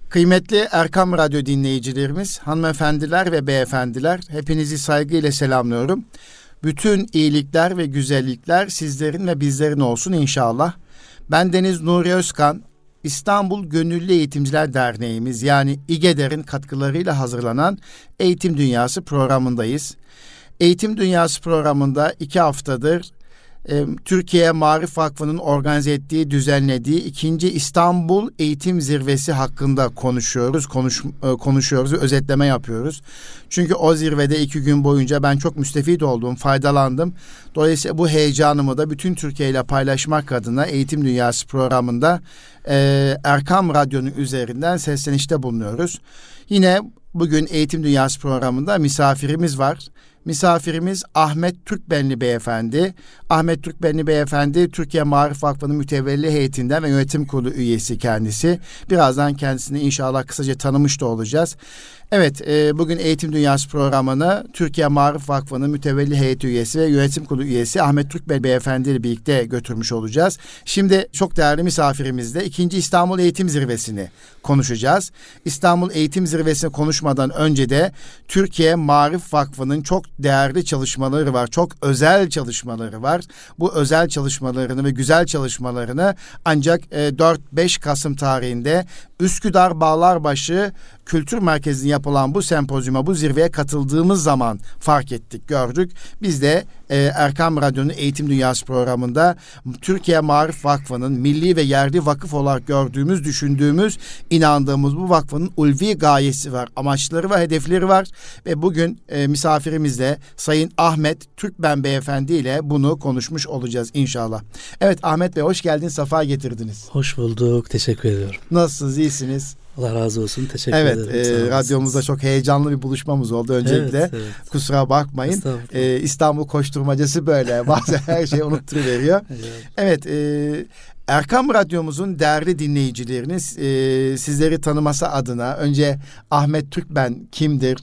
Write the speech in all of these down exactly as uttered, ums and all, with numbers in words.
Kıymetli Erkam Radyo dinleyicilerimiz, hanımefendiler ve beyefendiler, hepinizi saygıyla selamlıyorum. Bütün iyilikler ve güzellikler sizlerin ve bizlerin olsun inşallah. Ben Deniz Nuri Özkan, İstanbul Gönüllü Eğitimciler Derneğimiz yani İGEDER'in katkılarıyla hazırlanan Eğitim Dünyası programındayız. Eğitim Dünyası programında iki haftadır e, Türkiye Maarif Vakfı'nın organize ettiği, düzenlediği ikinci İstanbul Eğitim Zirvesi hakkında konuşuyoruz, konuş, e, konuşuyoruz ve özetleme yapıyoruz. Çünkü o zirvede iki gün boyunca ben çok müstefit oldum, faydalandım. Dolayısıyla bu heyecanımı da bütün Türkiye ile paylaşmak adına Eğitim Dünyası programında e, Erkam Radyo'nun üzerinden seslenişte bulunuyoruz. Yine bugün Eğitim Dünyası programında misafirimiz var. Misafirimiz Ahmet Türkbenli Beyefendi. Ahmet Türkbenli Beyefendi, Türkiye Maarif Vakfı'nın mütevelli heyetinden ve yönetim kurulu üyesi kendisi. Birazdan kendisini inşallah kısaca tanımış da olacağız. Evet, e, bugün Eğitim Dünyası programını Türkiye Maarif Vakfı'nın mütevelli heyeti üyesi ve yönetim kurulu üyesi Ahmet Türkbenli Beyefendi ile birlikte götürmüş olacağız. Şimdi çok değerli misafirimizle ikinci İstanbul Eğitim Zirvesi'ni konuşacağız. İstanbul Eğitim Zirvesi'ni konuşmadan önce de Türkiye Maarif Vakfı'nın çok değerli çalışmaları var. Çok özel çalışmaları var. Bu özel çalışmalarını ve güzel çalışmalarını ancak e, dört beş Kasım tarihinde Üsküdar Bağlarbaşı Kültür Merkezi'nde yapılan bu sempozyuma, bu zirveye katıldığımız zaman fark ettik, gördük. Biz de e, Erkam Radyo'nun Eğitim Dünyası programında Türkiye Maarif Vakfı'nın milli ve yerli vakıf olarak gördüğümüz, düşündüğümüz, inandığımız bu vakfın ulvi gayesi var, amaçları ve hedefleri var. Ve bugün e, misafirimizle Sayın Ahmet Türkben Beyefendi ile bunu konuşmuş olacağız inşallah. Evet Ahmet Bey, hoş geldiniz, sefa getirdiniz. Hoş bulduk, teşekkür ediyorum. Nasılsınız, iyisiniz? Allah razı olsun, teşekkür evet, ederim. Evet, e, radyomuzda çok heyecanlı bir buluşmamız oldu öncelikle. Evet, evet. Kusura bakmayın. E, İstanbul koşturmacası böyle. Bazen her şeyi unutturuveriyor. Evet, evet e, Erkam Radyomuzun değerli dinleyicileriniz, e, sizleri tanıması adına önce Ahmet Türkben kimdir?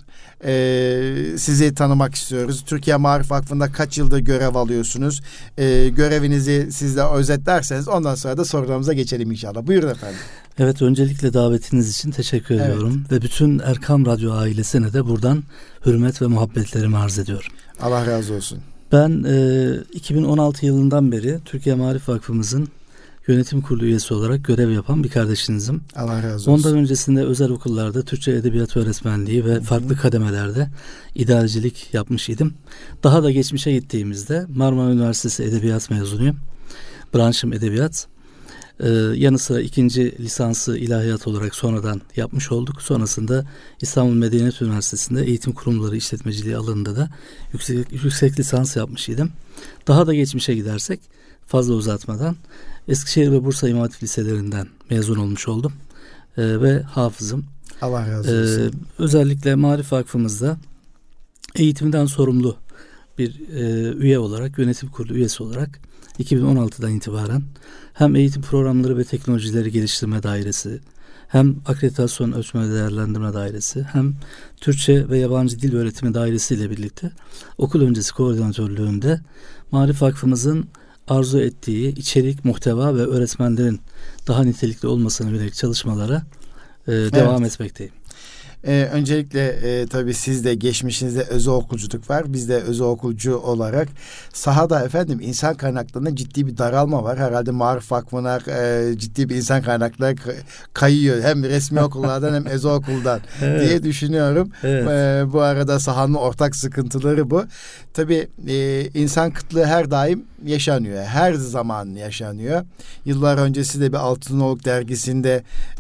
E, sizi tanımak istiyoruz. Türkiye Maarif Vakfı'nda kaç yıldır görev alıyorsunuz? E, görevinizi siz de özetlerseniz ondan sonra da sorularımıza geçelim inşallah. Buyurun efendim. Evet, öncelikle davetiniz için teşekkür evet. ediyorum. Ve bütün Erkam Radyo ailesine de buradan hürmet ve muhabbetlerimi arz ediyorum. Allah razı olsun. Ben e, iki bin on altı yılından beri Türkiye Maarif Vakfımızın yönetim kurulu üyesi olarak görev yapan bir kardeşinizim. Allah razı olsun. Ondan öncesinde özel okullarda Türkçe edebiyat öğretmenliği ve Hı-hı. farklı kademelerde idarecilik yapmış idim. Daha da geçmişe gittiğimizde Marmara Üniversitesi Edebiyat mezunuyum. Branşım edebiyat. Ee, yanı sıra ikinci lisansı ilahiyat olarak sonradan yapmış olduk. Sonrasında İstanbul Medeniyet Üniversitesi'nde eğitim kurumları işletmeciliği alanında da yüksek, yüksek lisans yapmış idim. Daha da geçmişe gidersek fazla uzatmadan Eskişehir ve Bursa İmam Hatip Liselerinden mezun olmuş oldum ee, ve hafızım. Allah razı olsun. Ee, özellikle Maarif Vakfımızda eğitimden sorumlu bir e, üye olarak, yönetim kurulu üyesi olarak iki bin on altıdan itibaren hem eğitim programları ve teknolojileri geliştirme dairesi, hem akreditasyon ölçme ve değerlendirme dairesi, hem Türkçe ve yabancı dil öğretimi dairesi ile birlikte okul öncesi koordinatörlüğünde Maarif Vakfımızın arzu ettiği içerik, muhteva ve öğretmenlerin daha nitelikli olmasına yönelik çalışmalara e, devam evet. etmekteyim. Ee, öncelikle e, tabii sizde geçmişinizde özel okulculuk var. Biz de özel okulcu olarak sahada efendim insan kaynaklarında ciddi bir daralma var. Herhalde Maarif Vakfı'na e, ciddi bir insan kaynakları kayıyor. Hem resmi okullardan hem özel okuldan evet. diye düşünüyorum. Evet. E, bu arada sahanın ortak sıkıntıları bu. Tabii e, insan kıtlığı her daim yaşanıyor. Her zaman yaşanıyor. Yıllar öncesi de bir Altınoluk dergisinde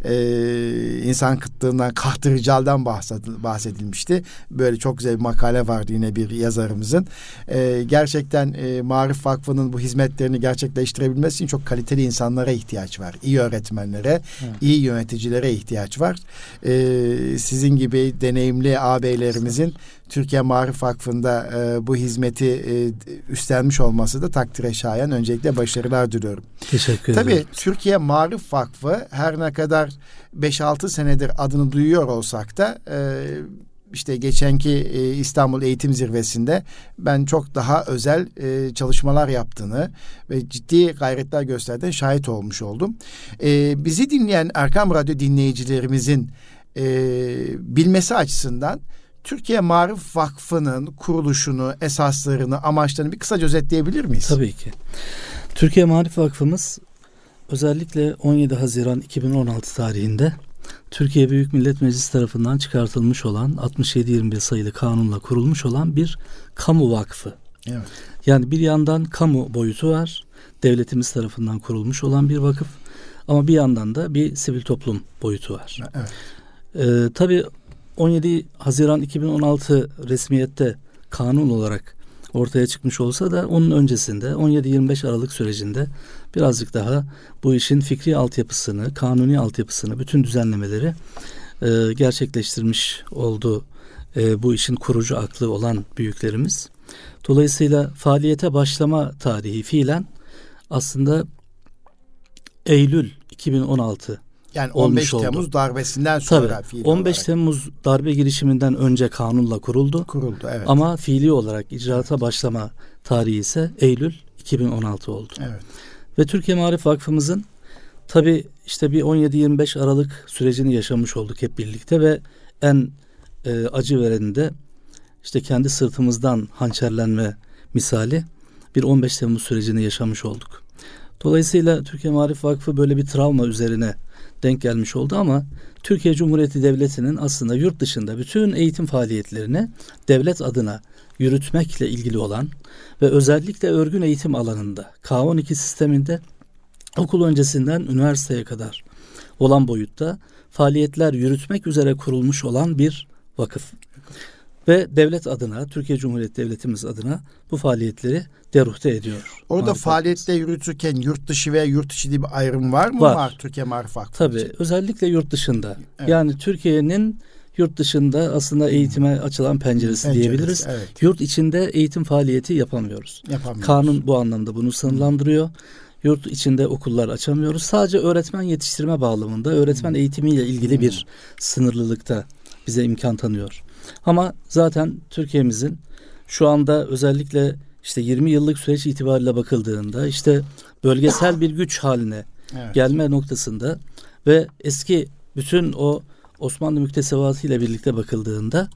e, insan kıtlığından, kahtırıcaldan bahsedilmişti. Böyle çok güzel bir makale vardı yine bir yazarımızın. Ee, gerçekten e, Maarif Vakfı'nın bu hizmetlerini gerçekleştirebilmesi için çok kaliteli insanlara ihtiyaç var. İyi öğretmenlere, evet. iyi yöneticilere ihtiyaç var. Ee, sizin gibi deneyimli ağabeylerimizin Türkiye Maarif Vakfı'nda e, bu hizmeti e, üstlenmiş olması da takdire şayan. Öncelikle başarılar diliyorum. Teşekkür ederim. Tabii Türkiye Maarif Vakfı her ne kadar beş altı senedir adını duyuyor olsak da e, işte geçenki e, İstanbul Eğitim Zirvesi'nde ben çok daha özel e, çalışmalar yaptığını ve ciddi gayretler gösterdiğine şahit olmuş oldum. E, bizi dinleyen Erkam Radyo dinleyicilerimizin e, bilmesi açısından Türkiye Maarif Vakfı'nın kuruluşunu, esaslarını, amaçlarını bir kısaca özetleyebilir miyiz? Tabii ki. Türkiye Maarif Vakfımız özellikle on yedi Haziran iki bin on altı tarihinde Türkiye Büyük Millet Meclisi tarafından çıkartılmış olan altmış yedi yirmi bir sayılı kanunla kurulmuş olan bir kamu vakfı. Evet. Yani bir yandan kamu boyutu var. Devletimiz tarafından kurulmuş olan bir vakıf. Ama bir yandan da bir sivil toplum boyutu var. Evet. Ee, tabii on yedi Haziran iki bin on altı resmiyette kanun olarak ortaya çıkmış olsa da onun öncesinde on yedi yirmi beş Aralık sürecinde birazcık daha bu işin fikri altyapısını, kanuni altyapısını, bütün düzenlemeleri e, gerçekleştirmiş oldu e, bu işin kurucu aklı olan büyüklerimiz. Dolayısıyla faaliyete başlama tarihi fiilen aslında Eylül iki bin on altı. Yani on beş Temmuz darbesinden sonra Tabii, on beş olarak. Temmuz darbe girişiminden önce kanunla kuruldu. Kuruldu, evet. Ama fiili olarak icraata başlama tarihi ise Eylül iki bin on altı oldu. Evet. Ve Türkiye Maarif Vakfımızın tabii işte bir on yedi yirmi beş Aralık sürecini yaşamış olduk hep birlikte ve en e, acı vereni de işte kendi sırtımızdan hançerlenme misali bir on beş Temmuz sürecini yaşamış olduk. Dolayısıyla Türkiye Maarif Vakfı böyle bir travma üzerine denk gelmiş oldu ama Türkiye Cumhuriyeti Devleti'nin aslında yurt dışında bütün eğitim faaliyetlerini devlet adına yürütmekle ilgili olan ve özellikle örgün eğitim alanında K on iki sisteminde okul öncesinden üniversiteye kadar olan boyutta faaliyetler yürütmek üzere kurulmuş olan bir vakıf. Ve devlet adına, Türkiye Cumhuriyeti Devletimiz adına bu faaliyetleri deruhte ediyor. Orada Maarif faaliyette yürütürken yurt dışı veya yurt içi diye bir ayrım var mı? Var. Var Türkiye Maarif Vakfı Tabii için. özellikle yurt dışında. Evet. Yani Türkiye'nin yurt dışında aslında eğitime açılan penceresi, Penceresi, diyebiliriz. evet. Yurt içinde eğitim faaliyeti yapamıyoruz. Yapamıyoruz. Kanun bu anlamda bunu sınırlandırıyor. Yurt içinde okullar açamıyoruz. Sadece öğretmen yetiştirme bağlamında, öğretmen hmm. eğitimiyle ilgili bir sınırlılıkta bize imkan tanıyor. Ama zaten Türkiye'mizin şu anda özellikle işte yirmi yıllık süreç itibariyle bakıldığında işte bölgesel bir güç haline evet. gelme noktasında ve eski bütün o Osmanlı müktesebatı ile birlikte bakıldığında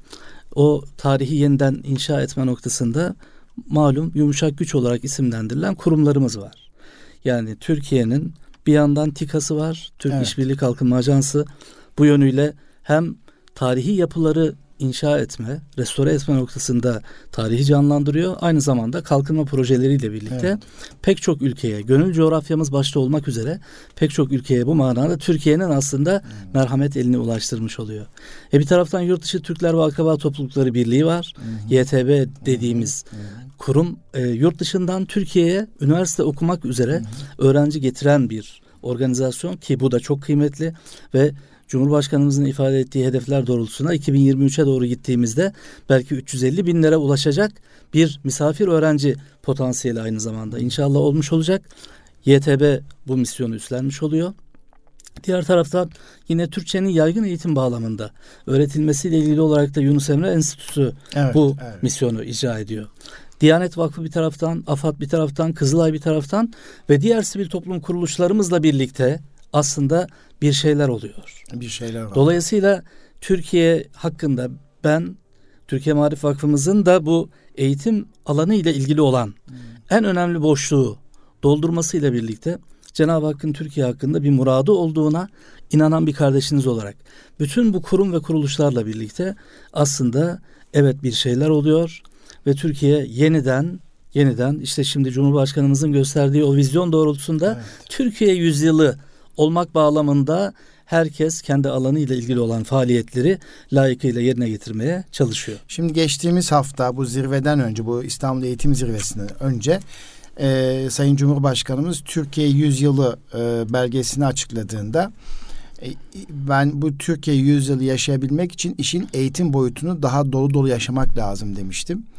o tarihi yeniden inşa etme noktasında malum yumuşak güç olarak isimlendirilen kurumlarımız var. Yani Türkiye'nin bir yandan TİKA'sı var, Türk evet. İşbirliği Kalkınma Ajansı, bu yönüyle hem tarihi yapıları inşa etme, restore etme noktasında tarihi canlandırıyor. Aynı zamanda kalkınma projeleriyle birlikte evet. pek çok ülkeye, gönül coğrafyamız başta olmak üzere pek çok ülkeye bu manada Türkiye'nin aslında hmm. merhamet elini ulaştırmış oluyor. E bir taraftan Yurt Dışı Türkler ve Akraba Toplulukları Birliği var. Hmm. Y T B dediğimiz hmm. kurum e, yurt dışından Türkiye'ye üniversite okumak üzere hmm. öğrenci getiren bir organizasyon ki bu da çok kıymetli ve Cumhurbaşkanımızın ifade ettiği hedefler doğrultusunda iki bin yirmi üçe doğru gittiğimizde belki üç yüz elli binlere ulaşacak bir misafir öğrenci potansiyeli aynı zamanda inşallah olmuş olacak. Y T B bu misyonu üstlenmiş oluyor. Diğer taraftan yine Türkçenin yaygın eğitim bağlamında öğretilmesiyle ilgili olarak da Yunus Emre Enstitüsü evet, bu evet. misyonu icra ediyor. Diyanet Vakfı bir taraftan, AFAD bir taraftan, Kızılay bir taraftan ve diğer sivil toplum kuruluşlarımızla birlikte aslında bir şeyler oluyor. Bir şeyler var. Dolayısıyla Türkiye hakkında ben Türkiye Maarif Vakfımızın da bu eğitim alanı ile ilgili olan hmm. en önemli boşluğu doldurmasıyla birlikte Cenab-ı Hakk'ın Türkiye hakkında bir muradı olduğuna inanan bir kardeşiniz olarak bütün bu kurum ve kuruluşlarla birlikte aslında evet bir şeyler oluyor ve Türkiye yeniden yeniden işte şimdi Cumhurbaşkanımızın gösterdiği o vizyon doğrultusunda evet. Türkiye yüzyılı olmak bağlamında herkes kendi alanı ile ilgili olan faaliyetleri layıkıyla yerine getirmeye çalışıyor. Şimdi geçtiğimiz hafta bu zirveden önce, bu İstanbul Eğitim Zirvesi'nden önce e, Sayın Cumhurbaşkanımız Türkiye Yüzyılı e, belgesini açıkladığında e, ben bu Türkiye Yüzyılı yaşayabilmek için işin eğitim boyutunu daha dolu dolu yaşamak lazım demiştim.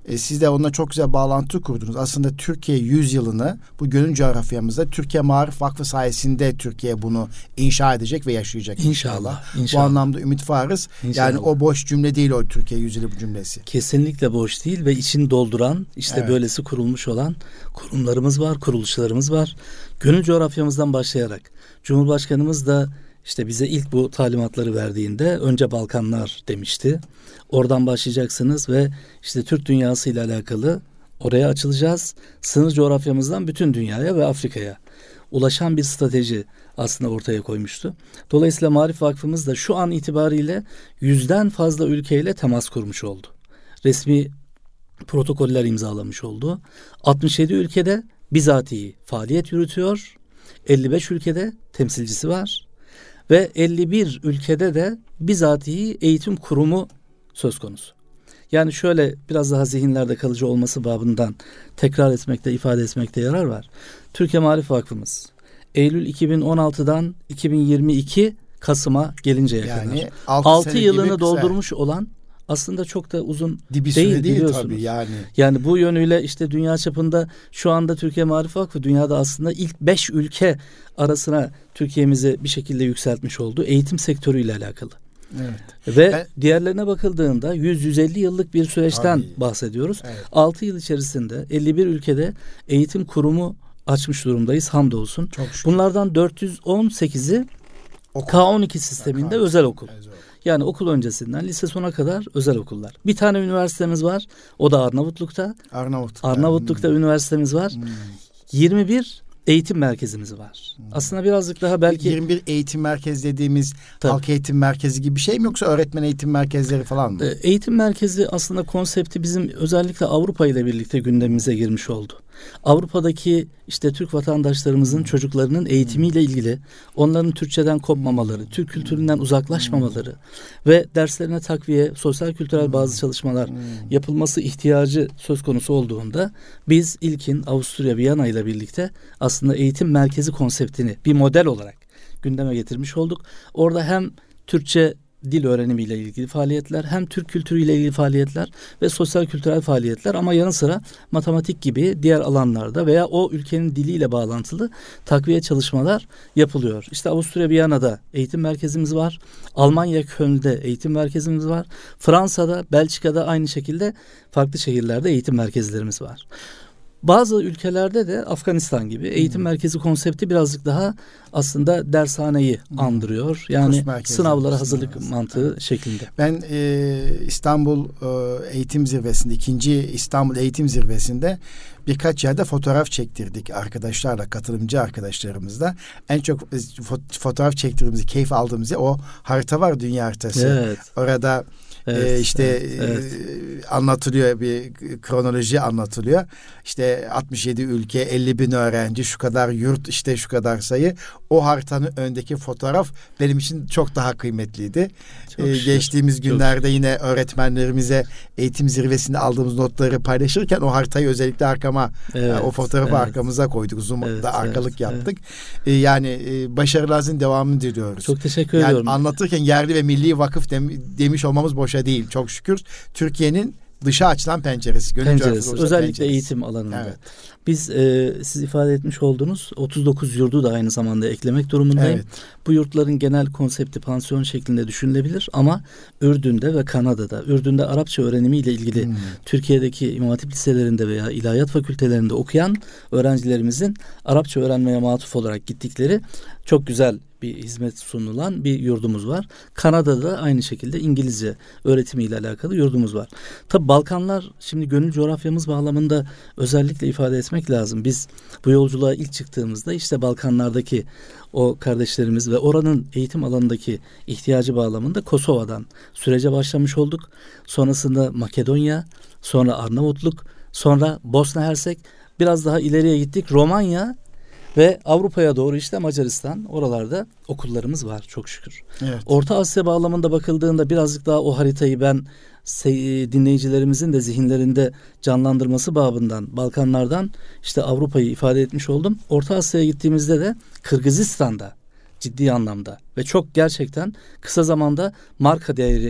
E, siz de onunla çok güzel bağlantı kurdunuz. Aslında Türkiye yüz yılını bu gönül coğrafyamızda Türkiye Maarif Vakfı sayesinde Türkiye bunu inşa edecek ve yaşayacak inşallah. İnşallah. inşallah. Bu anlamda ümit varız. İnşallah. Yani o boş cümle değil o Türkiye yüz yılı bu cümlesi. Kesinlikle boş değil ve içini dolduran işte evet. böylesi kurulmuş olan kurumlarımız var, kuruluşlarımız var. Gönül coğrafyamızdan başlayarak Cumhurbaşkanımız da İşte bize ilk bu talimatları verdiğinde önce Balkanlar demişti. Oradan başlayacaksınız ve işte Türk dünyası ile alakalı oraya açılacağız. Sınır coğrafyamızdan bütün dünyaya ve Afrika'ya ulaşan bir strateji aslında ortaya koymuştu. Dolayısıyla Maarif Vakfımız da şu an itibariyle yüzden fazla ülkeyle temas kurmuş oldu. Resmi protokoller imzalamış oldu. altmış yedi ülkede bizatihi faaliyet yürütüyor. elli beş ülkede temsilcisi var. Ve elli bir ülkede de bizatihi eğitim kurumu söz konusu. Yani şöyle biraz daha zihinlerde kalıcı olması babından tekrar etmekte, ifade etmekte yarar var. Türkiye Maarif Vakfımız Eylül iki bin on altıdan iki bin yirmi iki Kasım'a gelinceye yani kadar altı yılını doldurmuş olan aslında çok da uzun Dibi değil, değil biliyorsunuz. Tabii yani. Yani bu yönüyle işte dünya çapında şu anda Türkiye Maarif Vakfı dünyada aslında ilk beş ülke arasına Türkiye'mizi bir şekilde yükseltmiş oldu. Eğitim sektörüyle alakalı. Evet. Ve ben, diğerlerine bakıldığında yüz yüz elli yıllık bir süreçten tabii. bahsediyoruz. Evet. altı yıl içerisinde elli bir ülkede eğitim kurumu açmış durumdayız hamdolsun. Bunlardan dört yüz on sekizi okul. K on iki sisteminde K on iki. Özel okul. Evet. Yani okul öncesinden lise sona kadar özel okullar. Bir tane üniversitemiz var. O da Arnavutluk'ta. Arnavutluk'ta. Arnavutluk'ta hmm. üniversitemiz var. Hmm. yirmi bir eğitim merkezimiz var. Hmm. Aslında birazcık daha belki... yirmi bir eğitim merkezi dediğimiz tabii. halk eğitim merkezi gibi bir şey mi yoksa öğretmen eğitim merkezleri falan mı? Eğitim merkezi aslında konsepti bizim özellikle Avrupa ile birlikte gündemimize girmiş oldu. Avrupa'daki işte Türk vatandaşlarımızın hmm. çocuklarının eğitimiyle ilgili onların Türkçeden kopmamaları, Türk kültüründen uzaklaşmamaları hmm. ve derslerine takviye, sosyal kültürel bazı çalışmalar hmm. yapılması ihtiyacı söz konusu olduğunda biz ilkin Avusturya Viyana ile birlikte aslında eğitim merkezi konseptini bir model olarak gündeme getirmiş olduk. Orada hem Türkçe dil öğrenimiyle ilgili faaliyetler, hem Türk kültürüyle ilgili faaliyetler ve sosyal kültürel faaliyetler ama yanı sıra matematik gibi diğer alanlarda veya o ülkenin diliyle bağlantılı takviye çalışmalar yapılıyor. İşte Avusturya Viyana'da eğitim merkezimiz var. Almanya Köln'de eğitim merkezimiz var. Fransa'da, Belçika'da aynı şekilde farklı şehirlerde eğitim merkezlerimiz var. Bazı ülkelerde de Afganistan gibi eğitim hmm. merkezi konsepti birazcık daha aslında dershaneyi hmm. andırıyor. Yani sınavlara hazırlık evet. mantığı evet. şeklinde. Ben e, İstanbul e, Eğitim Zirvesi'nde, ikinci İstanbul Eğitim Zirvesi'nde birkaç yerde fotoğraf çektirdik arkadaşlarla, katılımcı arkadaşlarımızla. En çok fotoğraf çektirdiğimiz, keyif aldığımız o harita var, dünya haritası. Evet. Orada Evet, ee, işte evet, evet. E, anlatılıyor, bir kronoloji anlatılıyor. İşte altmış yedi ülke, elli bin öğrenci, şu kadar yurt, işte şu kadar sayı. O haritanın öndeki fotoğraf benim için çok daha kıymetliydi. Ee, geçtiğimiz günlerde çok yine öğretmenlerimize eğitim zirvesinde aldığımız notları paylaşırken o haritayı özellikle arkama, evet, yani o fotoğrafı evet. arkamıza koyduk. Zoom'da evet, arkalık evet, yaptık. Evet. Ee, yani e, başarılarınızın devamını diliyoruz. Çok teşekkür yani ediyorum. Anlatırken yerli ve milli vakıf dem, demiş olmamız boşa değil. Çok şükür Türkiye'nin dışa açılan penceresi. Penceresi. Özellikle penceresi. Eğitim alanında. Evet. Biz e, siz ifade etmiş olduğunuz otuz dokuz yurdu da aynı zamanda eklemek durumundayım. Evet. Bu yurtların genel konsepti pansiyon şeklinde düşünülebilir ama Ürdün'de ve Kanada'da, Ürdün'de Arapça öğrenimiyle ilgili hmm. Türkiye'deki İmam Hatip liselerinde veya ilahiyat fakültelerinde okuyan öğrencilerimizin Arapça öğrenmeye matuf olarak gittikleri çok güzel bir hizmet sunulan bir yurdumuz var. Kanada'da aynı şekilde İngilizce öğretimiyle alakalı yurdumuz var. Tabi Balkanlar şimdi gönül coğrafyamız bağlamında özellikle ifade etmek lazım. Biz bu yolculuğa ilk çıktığımızda işte Balkanlardaki o kardeşlerimiz ve oranın eğitim alanındaki ihtiyacı bağlamında Kosova'dan sürece başlamış olduk. Sonrasında Makedonya, sonra Arnavutluk, sonra Bosna Hersek, biraz daha ileriye gittik. Romanya ve Avrupa'ya doğru işte Macaristan, oralarda okullarımız var çok şükür. Evet. Orta Asya bağlamında bakıldığında birazcık daha o haritayı ben dinleyicilerimizin de zihinlerinde canlandırması babından Balkanlardan işte Avrupa'yı ifade etmiş oldum. Orta Asya'ya gittiğimizde de Kırgızistan'da ciddi anlamda ve çok gerçekten kısa zamanda marka değeri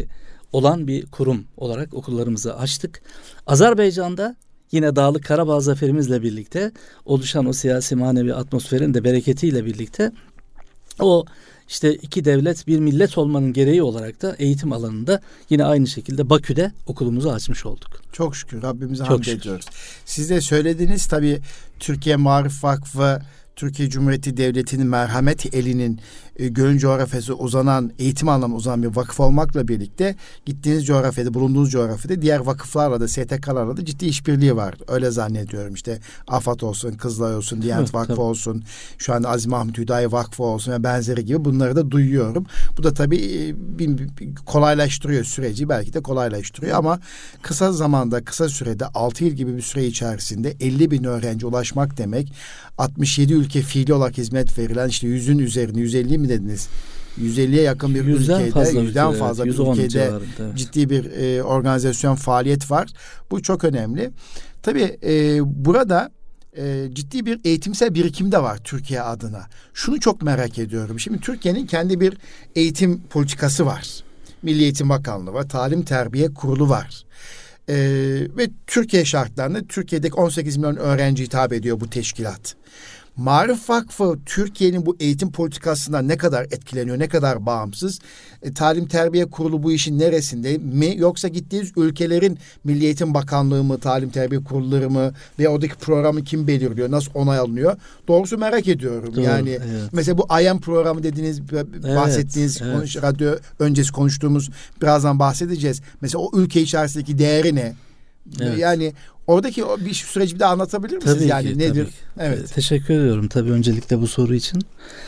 olan bir kurum olarak okullarımızı açtık. Azerbaycan'da yine Dağlık Karabağ zaferimizle birlikte oluşan o siyasi manevi atmosferin de bereketiyle birlikte o işte iki devlet bir millet olmanın gereği olarak da eğitim alanında yine aynı şekilde Bakü'de okulumuzu açmış olduk. Çok şükür Rabbimize Çok hamd şükür. ediyoruz. Siz de söylediğiniz tabii Türkiye Maarif Vakfı, Türkiye Cumhuriyeti Devleti'nin merhamet elinin e, gönül coğrafyası uzanan, eğitim anlamı uzanan bir vakıf olmakla birlikte gittiğiniz coğrafyada, bulunduğunuz coğrafyada diğer vakıflarla da, S T K'larla da ciddi işbirliği var. Öyle zannediyorum. İşte AFAD olsun, Kızılay olsun, Diyanet Evet, Vakfı tabii. olsun, şu anda Aziz Mahmut Hüdayi Vakfı olsun ve benzeri gibi bunları da duyuyorum. Bu da tabii e, bir, bir, kolaylaştırıyor süreci, belki de kolaylaştırıyor ama kısa zamanda, kısa sürede altı yıl gibi bir süre içerisinde elli bin öğrenci ulaşmak demek, altmış yedi ülke fiili olarak hizmet verilen, işte yüzün üzerine, yüz elli mi dediniz? yüz elliye yakın bir Yüzden ülkede, fazla yüzden ülke, fazla evet, bir yüz on ülkede civarında, evet. ciddi bir e, organizasyon, faaliyet var. Bu çok önemli. Tabii e, burada e, ciddi bir eğitimsel birikim de var Türkiye adına. Şunu çok merak ediyorum. Şimdi Türkiye'nin kendi bir eğitim politikası var. Milli Eğitim Bakanlığı var, Talim Terbiye Kurulu var. Ee, ve Türkiye şartlarında Türkiye'deki on sekiz milyon öğrenci hitap ediyor bu teşkilat. Maarif Vakfı Türkiye'nin bu eğitim politikasından ne kadar etkileniyor, ne kadar bağımsız? E, Talim Terbiye Kurulu bu işin neresinde mi? Yoksa gittiğiniz ülkelerin Milli Eğitim Bakanlığı mı, Talim Terbiye Kurulları mı ve oradaki programı kim belirliyor, nasıl onay alınıyor? Doğrusu merak ediyorum. Doğru, yani evet. mesela bu I A M programı dediğiniz, bahsettiğiniz, evet. konuş, radyo öncesi konuştuğumuz, birazdan bahsedeceğiz. Mesela o ülke içerisindeki değeri ne? Evet. Yani oradaki o bir süreci bir de anlatabilir misiniz? Tabii yani ki, nedir? tabii ki. Evet. Teşekkür ediyorum tabii öncelikle bu soru için.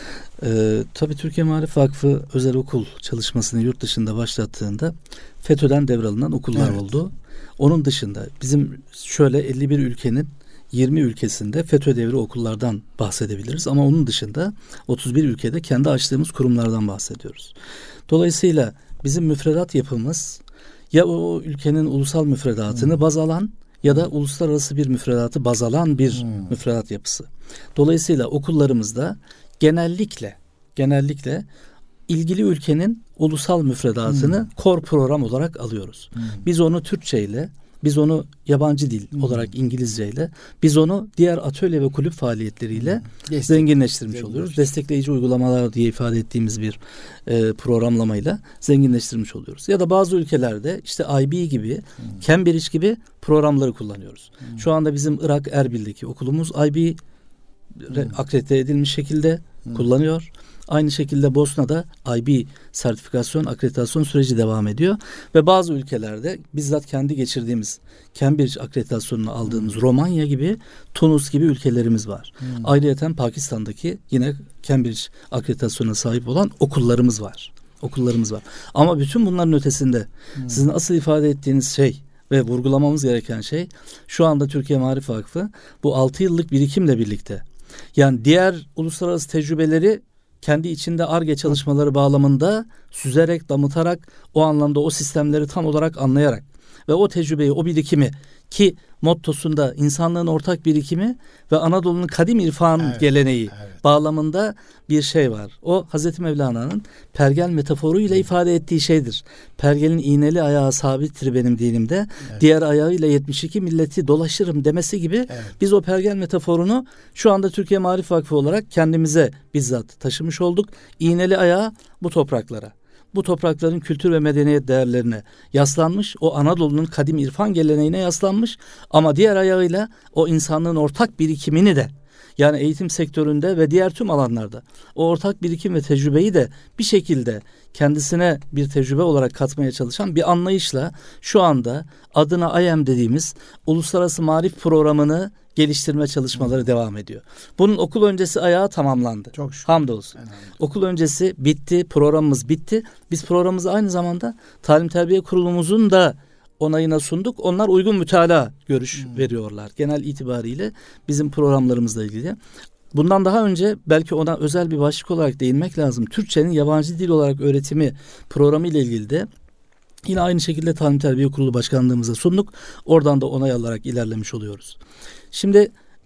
Ee, tabii Türkiye Maarif Vakfı özel okul çalışmasını yurt dışında başlattığında FETÖ'den devralınan okullar Evet. oldu. Onun dışında bizim şöyle elli bir ülkenin yirmi ülkesinde FETÖ devri okullardan bahsedebiliriz. Ama onun dışında otuz bir ülkede kendi açtığımız kurumlardan bahsediyoruz. Dolayısıyla bizim müfredat yapımız ya o ülkenin ulusal müfredatını hmm. baz alan ya da uluslararası bir müfredatı baz alan bir hmm. müfredat yapısı. Dolayısıyla okullarımızda genellikle genellikle ilgili ülkenin ulusal müfredatını hmm. core program olarak alıyoruz. Hmm. Biz onu Türkçe ile, biz onu yabancı dil hmm. olarak İngilizce ile, biz onu diğer atölye ve kulüp faaliyetleriyle hmm. Destek, zenginleştirmiş zenginleştirmiş. oluyoruz. Destekleyici uygulamalar diye ifade ettiğimiz bir e, programlamayla zenginleştirmiş oluyoruz. Ya da bazı ülkelerde işte I B gibi, hmm. Cambridge gibi programları kullanıyoruz. Hmm. Şu anda bizim Irak Erbil'deki okulumuz I B hmm. akredite edilmiş şekilde hmm. kullanıyor. Aynı şekilde Bosna'da I B sertifikasyon, akreditasyon süreci devam ediyor. Ve bazı ülkelerde bizzat kendi geçirdiğimiz Cambridge akreditasyonunu aldığımız hmm. Romanya gibi, Tunus gibi ülkelerimiz var. Hmm. Ayrıyeten Pakistan'daki yine Cambridge akreditasyonuna sahip olan okullarımız var. Okullarımız var. Ama bütün bunların ötesinde hmm. sizin asıl ifade ettiğiniz şey ve vurgulamamız gereken şey, şu anda Türkiye Maarif Vakfı bu altı yıllık birikimle birlikte, yani diğer uluslararası tecrübeleri kendi içinde Ar-Ge çalışmaları bağlamında süzerek, damıtarak, o anlamda o sistemleri tam olarak anlayarak ve o tecrübeyi, o birikimi, ki mottosunda insanlığın ortak birikimi ve Anadolu'nun kadim irfan evet, geleneği evet. bağlamında bir şey var. O Hazreti Mevlana'nın pergel metaforu ile ifade ettiği şeydir. Pergelin iğneli ayağı sabittir benim dinimde. Evet. Diğer ayağıyla yetmiş iki milleti dolaşırım demesi gibi evet. biz o pergel metaforunu şu anda Türkiye Maarif Vakfı olarak kendimize bizzat taşımış olduk. İğneli ayağı bu topraklara, bu toprakların kültür ve medeniyet değerlerine yaslanmış, o Anadolu'nun kadim irfan geleneğine yaslanmış, ama diğer ayağıyla o insanlığın ortak birikimini de, yani eğitim sektöründe ve diğer tüm alanlarda o ortak birikim ve tecrübeyi de bir şekilde kendisine bir tecrübe olarak katmaya çalışan bir anlayışla şu anda adına I A M dediğimiz uluslararası marif programını geliştirme çalışmaları Hı. devam ediyor. Bunun okul öncesi ayağı tamamlandı. Çok şükür. Hamdolsun. Önemli. Okul öncesi bitti, programımız bitti. Biz programımızı aynı zamanda Talim Terbiye Kurulumuzun da onayına sunduk. Onlar uygun mütalaa görüş hmm. veriyorlar. Genel itibariyle bizim programlarımızla ilgili. Bundan daha önce belki ona özel bir başlık olarak değinmek lazım. Türkçenin yabancı dil olarak öğretimi programı ile ilgili de yine aynı şekilde Talim Terbiye Kurulu Başkanlığımıza sunduk. Oradan da onay alarak ilerlemiş oluyoruz. Şimdi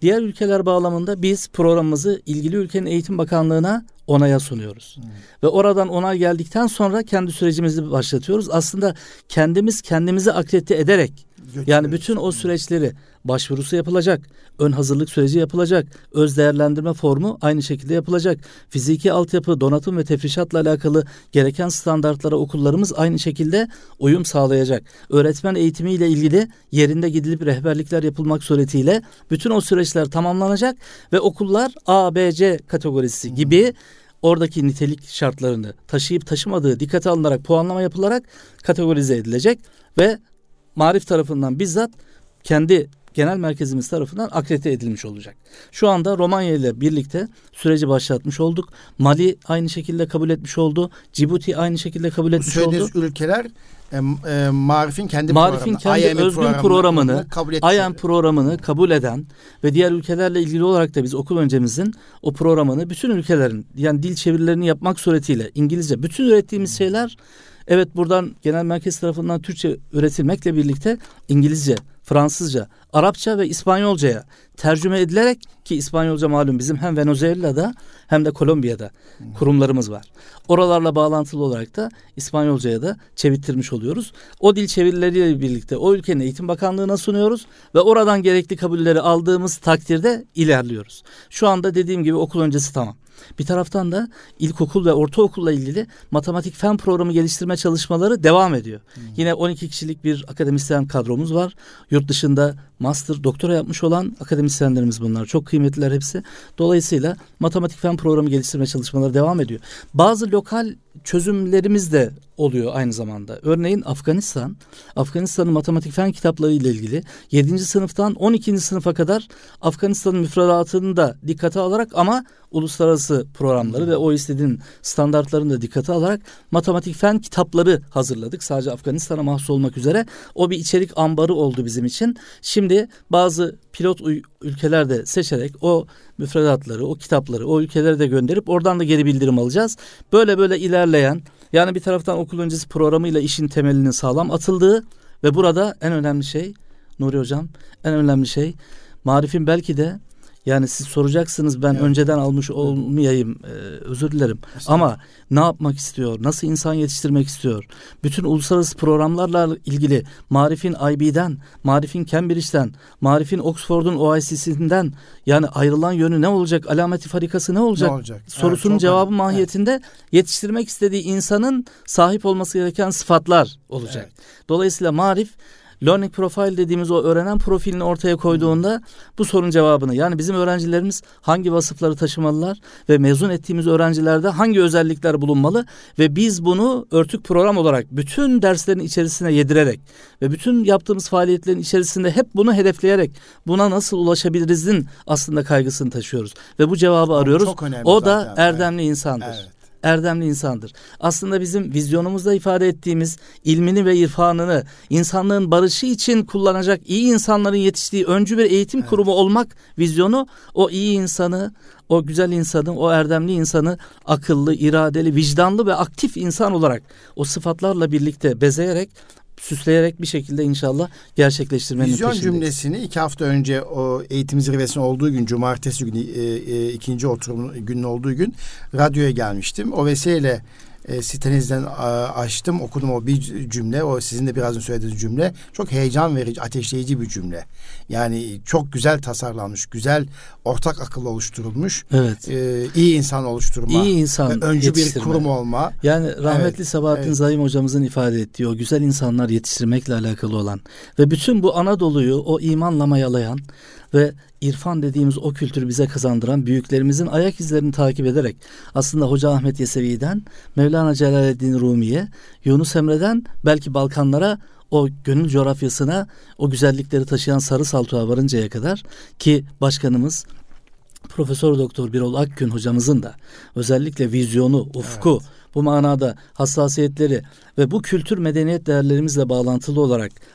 Diğer ülkeler bağlamında biz programımızı ilgili ülkenin Eğitim Bakanlığı'na onaya sunuyoruz. Hmm. Ve oradan onay geldikten sonra kendi sürecimizi başlatıyoruz. Aslında kendimiz kendimizi akredite ederek, yani bütün o süreçleri, başvurusu yapılacak, ön hazırlık süreci yapılacak, öz değerlendirme formu aynı şekilde yapılacak. Fiziki altyapı, donatım ve tefrişatla alakalı gereken standartlara okullarımız aynı şekilde uyum sağlayacak. Öğretmen eğitimiyle ilgili yerinde gidilip rehberlikler yapılmak suretiyle bütün o süreçler tamamlanacak ve okullar A, B, C kategorisi gibi oradaki nitelik şartlarını taşıyıp taşımadığı dikkate alınarak puanlama yapılarak kategorize edilecek ve Maarif tarafından bizzat kendi genel merkezimiz tarafından akredite edilmiş olacak. Şu anda Romanya ile birlikte süreci başlatmış olduk. Mali aynı şekilde kabul etmiş oldu. Cibuti aynı şekilde kabul etmiş oldu. Bu söylediğiniz ülkeler e, e, Maarif'in kendi Maarif'in kendi özgün programını, programını I A M programını kabul eden ve diğer ülkelerle ilgili olarak da biz okul öncemizin o programını bütün ülkelerin, yani dil çevirilerini yapmak suretiyle İngilizce bütün ürettiğimiz hmm. şeyler, evet, buradan genel merkez tarafından Türkçe üretilmekle birlikte İngilizce, Fransızca, Arapça ve İspanyolcaya tercüme edilerek, ki İspanyolca malum bizim hem Venezuela'da hem de Kolombiya'da hmm. kurumlarımız var. Oralarla bağlantılı olarak da İspanyolcaya da çevirttirmiş oluyoruz. O dil çevirileriyle birlikte o ülkenin Eğitim Bakanlığı'na sunuyoruz ve oradan gerekli kabulleri aldığımız takdirde ilerliyoruz. Şu anda dediğim gibi okul öncesi tamam. Bir taraftan da ilkokul ve ortaokulla ilgili matematik fen programı geliştirme çalışmaları devam ediyor. Hmm. Yine on iki kişilik bir akademisyen kadromuz var. Yurt dışında master, doktora yapmış olan akademisyenlerimiz bunlar. Çok kıymetliler hepsi. Dolayısıyla matematik fen programı geliştirme çalışmaları devam ediyor. Bazı lokal çözümlerimiz de oluyor aynı zamanda. Örneğin Afganistan, Afganistan'ın matematik fen kitapları ile ilgili yedinci sınıftan on ikinci sınıfa kadar Afganistan'ın müfredatını da dikkate alarak ama uluslararası programları hmm. ve O E C D'nin standartlarını da dikkate alarak matematik fen kitapları hazırladık. Sadece Afganistan'a mahsus olmak üzere. O bir içerik ambarı oldu bizim için. Şimdi bazı pilot ülkelerde seçerek o müfredatları, o kitapları o ülkelere de gönderip oradan da geri bildirim alacağız. Böyle böyle ilerleyen, yani bir taraftan okul öncesi programıyla işin temelinin sağlam atıldığı ve burada en önemli şey Nuri Hocam, en önemli şey Maarif'in belki de, yani siz soracaksınız, ben evet. önceden almış olmayayım, ee, özür dilerim. Ama ne yapmak istiyor, nasıl insan yetiştirmek istiyor? Bütün uluslararası programlarla ilgili Maarif'in I B'den, Maarif'in Cambridge'den, Maarif'in Oxford'un O I C C'sinden, yani ayrılan yönü ne olacak, alameti farikası ne olacak, ne olacak? Sorusunun evet, cevabı önemli. Mahiyetinde evet. yetiştirmek istediği insanın sahip olması gereken sıfatlar olacak. Evet. Dolayısıyla Maarif, Learning Profile dediğimiz o öğrenen profilini ortaya koyduğunda bu sorunun cevabını, yani bizim öğrencilerimiz hangi vasıfları taşımalılar ve mezun ettiğimiz öğrencilerde hangi özellikler bulunmalı ve biz bunu örtük program olarak bütün derslerin içerisine yedirerek ve bütün yaptığımız faaliyetlerin içerisinde hep bunu hedefleyerek buna nasıl ulaşabilirizin aslında kaygısını taşıyoruz ve bu cevabı o arıyoruz. O da zaten. erdemli evet. insandır. Evet. Erdemli insandır. Aslında bizim vizyonumuzda ifade ettiğimiz ilmini ve irfanını insanlığın barışı için kullanacak iyi insanların yetiştiği öncü bir eğitim evet. kurumu olmak vizyonu, o iyi insanı, o güzel insanı, o erdemli insanı akıllı, iradeli, vicdanlı ve aktif insan olarak o sıfatlarla birlikte bezeyerek, süsleyerek bir şekilde inşallah gerçekleştirmenin Vizyon peşindeyiz. Cümlesini iki hafta önce o eğitim zirvesinin olduğu gün, cumartesi günü, e, e, ikinci oturumun günün olduğu gün radyoya gelmiştim. O vesileyle e, sitenizden a, açtım, okudum o bir cümle, o sizin de biraz önce söylediğiniz cümle çok heyecan verici, ateşleyici bir cümle. Yani çok güzel tasarlanmış, güzel ortak akıl oluşturulmuş. Evet. E, iyi insan oluşturma. İyi insan öncü bir kurum olma. Yani rahmetli evet, Sabahattin evet. Zaim hocamızın ifade ettiği o güzel insanlar yetiştirmekle alakalı olan ve bütün bu Anadolu'yu o imanla mayalayan ve irfan dediğimiz o kültürü bize kazandıran büyüklerimizin ayak izlerini takip ederek aslında Hoca Ahmet Yesevi'den Mevlana Celaleddin Rumi'ye, Yunus Emre'den belki Balkanlara, o gönül coğrafyasına o güzellikleri taşıyan Sarı Saltuk'a varıncaya kadar, ki başkanımız Profesör Doktor Birol Akgün hocamızın da özellikle vizyonu, ufku, evet. bu manada hassasiyetleri ve bu kültür medeniyet değerlerimizle bağlantılı olarak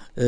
e,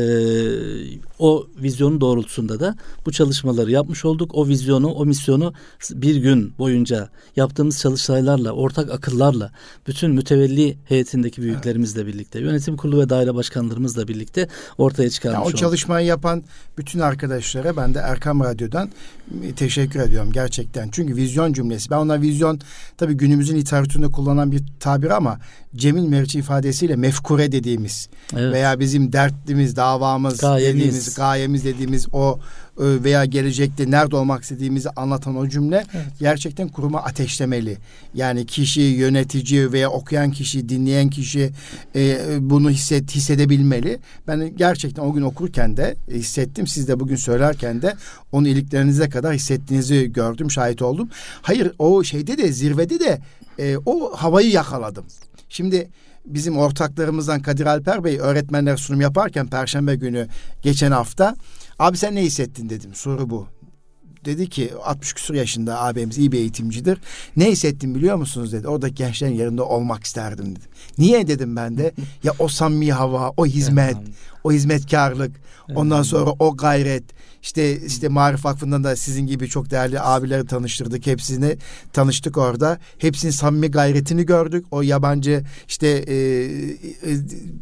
o vizyonun doğrultusunda da bu çalışmaları yapmış olduk. O vizyonu, o misyonu bir gün boyunca yaptığımız çalıştaylarla, ortak akıllarla, bütün mütevelli heyetindeki büyüklerimizle evet. birlikte, yönetim kurulu ve daire başkanlarımızla birlikte ortaya çıkarmış yani o olduk. Çalışmayı yapan bütün arkadaşlara ben de Erkam Radyo'dan teşekkür ediyorum gerçekten. Çünkü vizyon cümlesi. Ben ona vizyon tabii günümüzün literatüründe kullanılan bir tabir ama Cemil Meriç ifadesiyle mefkure dediğimiz evet. veya bizim dertlimiz, davamız gayemiz. dediğimiz, gayemiz dediğimiz o veya gelecekte nerede olmak istediğimizi anlatan o cümle evet. gerçekten kuruma ateşlemeli. Yani kişi, yönetici veya okuyan kişi, dinleyen kişi e, bunu hisset, hissedebilmeli. Ben gerçekten o gün okurken de hissettim. Siz de bugün söylerken de onu iliklerinize kadar hissettiğinizi gördüm, şahit oldum. Hayır, o şeyde de, zirvede de e, o havayı yakaladım. Şimdi bizim ortaklarımızdan Kadir Alper Bey öğretmenler sunum yaparken Perşembe günü geçen hafta, abi sen ne hissettin dedim. Soru bu. Dedi ki altmış küsur yaşında abimiz, iyi bir eğitimcidir. Ne hissettin biliyor musunuz dedi. Oradaki gençlerin yerinde olmak isterdim dedi. Niye dedim ben de. Ya o samimi hava, o hizmet, o hizmetkarlık, ondan sonra o gayret. İşte işte Marif Vakfı'ndan da sizin gibi çok değerli abileri tanıştırdık. Hepsini tanıştık orada. Hepsinin samimi gayretini gördük. O yabancı işte e, e,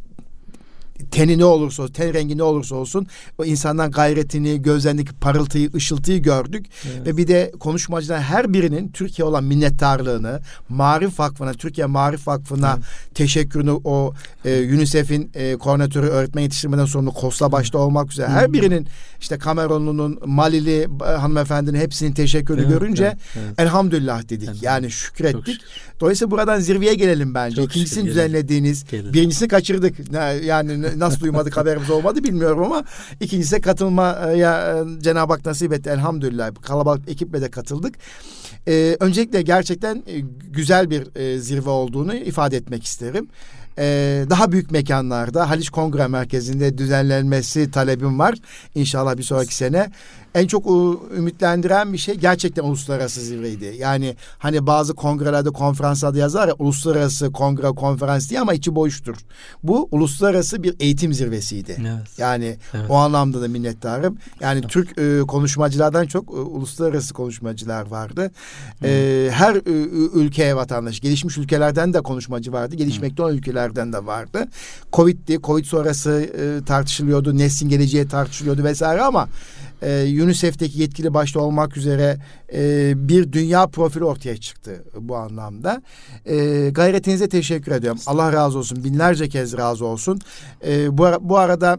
teni ne olursa olsun, ten rengi ne olursa olsun o insandan gayretini, gözlerindeki parıltıyı, ışıltıyı gördük. Evet. Ve bir de konuşmacıların her birinin Türkiye olan minnettarlığını, Marif Vakfı'na, Türkiye Marif Vakfı'na evet. teşekkürünü, o e, UNICEF'in e, koordinatörü, öğretmen yetiştirmeden sorumlu Kosla başta olmak üzere her birinin, işte Kamerunlu'nun, Malili hanımefendinin hepsinin teşekkürünü evet, görünce evet, evet. elhamdülillah dedik. Evet. Yani şükrettik. Dolayısıyla buradan zirveye gelelim bence. Çok İkincisini şükür, düzenlediğiniz, gelelim. Birincisini kaçırdık. Yani nasıl duymadık, haberimiz olmadı bilmiyorum ama ikincisine katılmaya Cenab-ı Hak nasip etti elhamdülillah. Kalabalık ekiple de katıldık. Ee, öncelikle gerçekten güzel bir e, zirve olduğunu ifade etmek isterim. Ee, daha büyük mekanlarda Haliç Kongre Merkezi'nde düzenlenmesi talebim var. İnşallah bir sonraki sene. En çok ümitlendiren bir şey gerçekten uluslararası zirveydi. Yani hani bazı kongrelerde, konferanslarda yazar ya uluslararası kongre, konferans diye ama içi boştur. Bu uluslararası bir eğitim zirvesiydi. Evet. Yani evet. o anlamda da minnettarım. Yani evet. Türk e, konuşmacılardan çok e, uluslararası konuşmacılar vardı. E, her e, ülkeye vatandaş, gelişmiş ülkelerden de konuşmacı vardı. Gelişmekte olan ülkelerden de vardı. Covid'di. Covid sonrası e, tartışılıyordu. Neslin geleceği tartışılıyordu vesaire ama Ee, UNICEF'teki yetkili başta olmak üzere e, bir dünya profili ortaya çıktı bu anlamda. E, gayretinize teşekkür ediyorum. Allah razı olsun. Binlerce kez razı olsun. E, bu, bu arada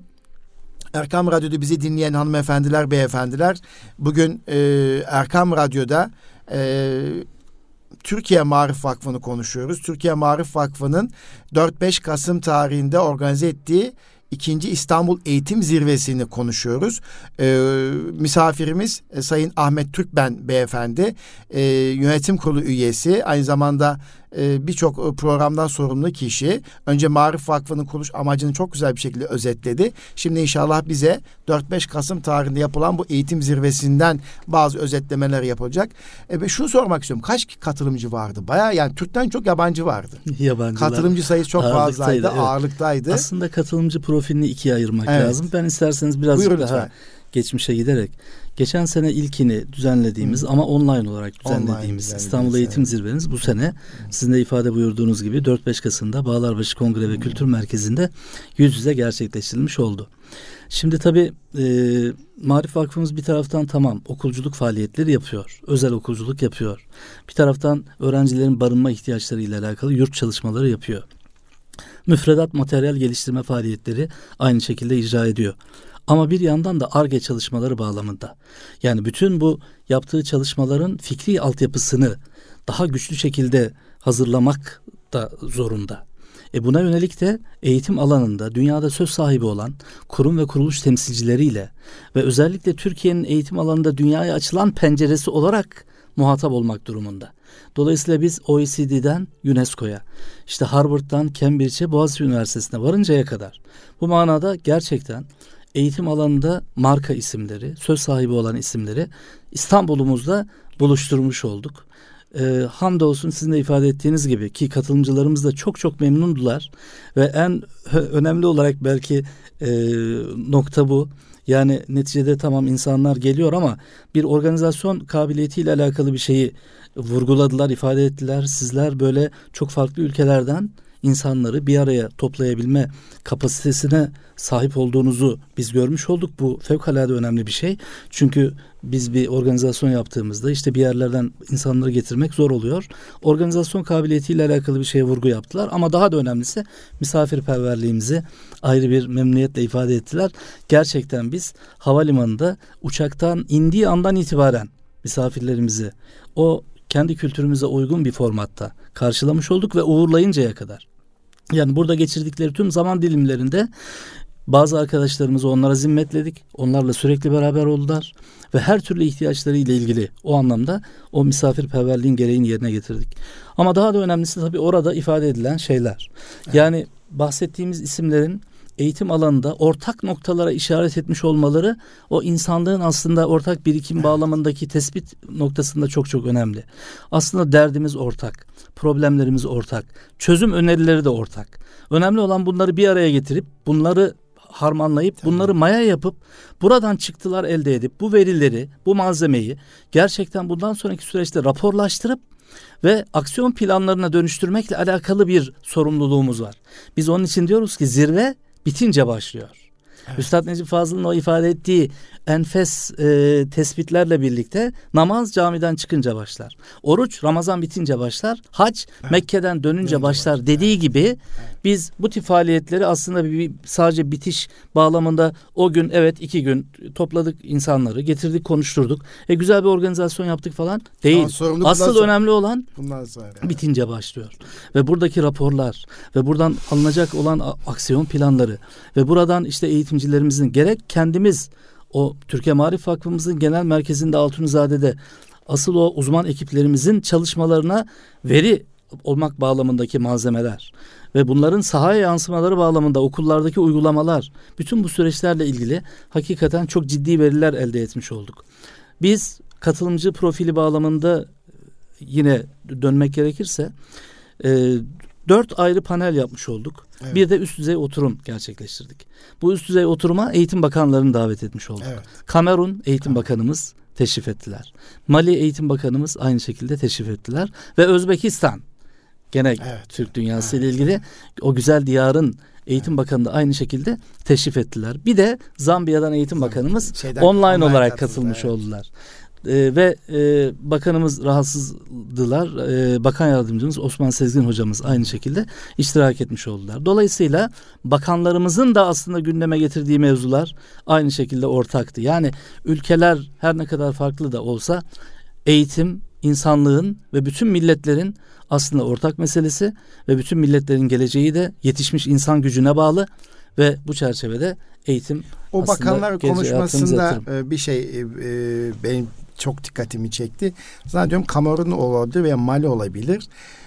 Erkam Radyo'da bizi dinleyen hanımefendiler, beyefendiler, bugün e, Erkam Radyo'da e, Türkiye Marif Vakfı'nı konuşuyoruz. Türkiye Marif Vakfı'nın dört beş Kasım tarihinde organize ettiği İkinci İstanbul Eğitim Zirvesi'ni konuşuyoruz. Ee, misafirimiz e, Sayın Ahmet Türkben Beyefendi, e, yönetim kurulu üyesi, aynı zamanda e, birçok programdan sorumlu kişi. Önce Marif Vakfı'nın kuruluş amacını çok güzel bir şekilde özetledi. Şimdi inşallah bize dört beş Kasım tarihinde yapılan bu eğitim zirvesinden bazı özetlemeler yapılacak. E, şunu sormak istiyorum. Kaç katılımcı vardı? Bayağı, yani Türk'ten çok yabancı vardı. Yabancılar. Katılımcı sayısı çok fazlaydı, evet. ağırlıktaydı. Aslında katılımcı profilini ikiye ayırmak evet. lazım. Ben isterseniz birazcık Buyurun daha lütfen. geçmişe giderek. Geçen sene ilkini düzenlediğimiz Hı. ama online olarak düzenlediğimiz online İstanbul Eğitim evet. Zirveniz bu sene Hı. sizin de ifade buyurduğunuz gibi dört beş Kasım'da Bağlarbaşı Kongre ve Kültür Merkezi'nde yüz yüze gerçekleştirilmiş oldu. Şimdi tabii e, Marif Vakfımız bir taraftan tamam okulculuk faaliyetleri yapıyor. Özel okulculuk yapıyor. Bir taraftan öğrencilerin barınma ihtiyaçları ile alakalı yurt çalışmaları yapıyor. Müfredat materyal geliştirme faaliyetleri aynı şekilde icra ediyor. Ama bir yandan da Ar-Ge çalışmaları bağlamında. Yani bütün bu yaptığı çalışmaların fikri altyapısını daha güçlü şekilde hazırlamak da zorunda. E buna yönelik de eğitim alanında dünyada söz sahibi olan kurum ve kuruluş temsilcileriyle ve özellikle Türkiye'nin eğitim alanında dünyaya açılan penceresi olarak muhatap olmak durumunda. Dolayısıyla biz O E C D'den UNESCO'ya, işte Harvard'dan Cambridge'e, Boğaziçi Üniversitesi'ne varıncaya kadar bu manada gerçekten eğitim alanında marka isimleri, söz sahibi olan isimleri İstanbul'umuzda buluşturmuş olduk. e, hamdolsun sizin de ifade ettiğiniz gibi ki katılımcılarımız da çok çok memnundular ve en önemli olarak belki e, nokta bu. Yani neticede tamam insanlar geliyor ama bir organizasyon kabiliyetiyle alakalı bir şeyi vurguladılar, ifade ettiler. Sizler böyle çok farklı ülkelerden insanları bir araya toplayabilme kapasitesine sahip olduğunuzu biz görmüş olduk. Bu fevkalade önemli bir şey. Çünkü biz bir organizasyon yaptığımızda işte bir yerlerden insanları getirmek zor oluyor. Organizasyon kabiliyetiyle alakalı bir şeye vurgu yaptılar ama daha da önemlisi misafirperverliğimizi ayrı bir memnuniyetle ifade ettiler. Gerçekten biz havalimanında uçaktan indiği andan itibaren misafirlerimizi o kendi kültürümüze uygun bir formatta karşılamış olduk ve uğurlayıncaya kadar. Yani burada geçirdikleri tüm zaman dilimlerinde bazı arkadaşlarımızı onlara zimmetledik. Onlarla sürekli beraber oldular ve her türlü ihtiyaçları ile ilgili o anlamda o misafirperverliğin gereğini yerine getirdik. Ama daha da önemlisi tabii orada ifade edilen şeyler. Evet. Yani bahsettiğimiz isimlerin eğitim alanında ortak noktalara işaret etmiş olmaları o insanlığın aslında ortak birikim bağlamındaki tespit noktasında çok çok önemli. Aslında derdimiz ortak, problemlerimiz ortak, çözüm önerileri de ortak. Önemli olan bunları bir araya getirip bunları harmanlayıp Tabii. bunları maya yapıp buradan çıktılar elde edip bu verileri, bu malzemeyi gerçekten bundan sonraki süreçte raporlaştırıp ve aksiyon planlarına dönüştürmekle alakalı bir sorumluluğumuz var. Biz onun için diyoruz ki zirve bitince başlıyor. Evet. Üstad Necip Fazıl'ın o ifade ettiği enfes e, tespitlerle birlikte namaz camiden çıkınca başlar. Oruç Ramazan bitince başlar. Hac evet. Mekke'den dönünce Dönünce başlar var. dediği evet. gibi evet. biz bu tip faaliyetleri aslında bir, bir sadece bitiş bağlamında o gün evet iki gün topladık insanları, getirdik, konuşturduk. E güzel bir organizasyon yaptık falan değil. Asıl sonra, önemli olan sonra, evet. bitince başlıyor. Ve buradaki raporlar ve buradan alınacak olan aksiyon planları ve buradan işte eğitimcilerimizin gerek kendimiz o Türkiye Maarif Vakfımızın genel merkezinde Altunizade'de asıl o uzman ekiplerimizin çalışmalarına veri olmak bağlamındaki malzemeler ve bunların sahaya yansımaları bağlamında okullardaki uygulamalar, bütün bu süreçlerle ilgili hakikaten çok ciddi veriler elde etmiş olduk. Biz katılımcı profili bağlamında yine dönmek gerekirse e, dört ayrı panel yapmış olduk. Evet. Bir de üst düzey oturum gerçekleştirdik. Bu üst düzey oturuma eğitim bakanlarını davet etmiş olduk. Evet. Kamerun Eğitim evet. Bakanımız teşrif ettiler. Mali Eğitim Bakanımız aynı şekilde teşrif ettiler. Ve Özbekistan gene evet. Türk dünyası evet. ile ilgili o güzel diyarın Eğitim evet. Bakanı da aynı şekilde teşrif ettiler. Bir de Zambiya'dan Eğitim Zambiya. Bakanımız Şeyden, online, online olarak katılmış evet. oldular. Ee, ve e, bakanımız rahatsızdılar. Ee, bakan yardımcımız Osman Sezgin hocamız aynı şekilde iştirak etmiş oldular. Dolayısıyla bakanlarımızın da aslında gündeme getirdiği mevzular aynı şekilde ortaktı. Yani ülkeler her ne kadar farklı da olsa eğitim insanlığın ve bütün milletlerin aslında ortak meselesi ve bütün milletlerin geleceği de yetişmiş insan gücüne bağlı ve bu çerçevede eğitim o bakanlar konuşmasında bir şey e, benim çok dikkatimi çekti. Zannediyorum Kamerun olabilir veya Mali olabilir.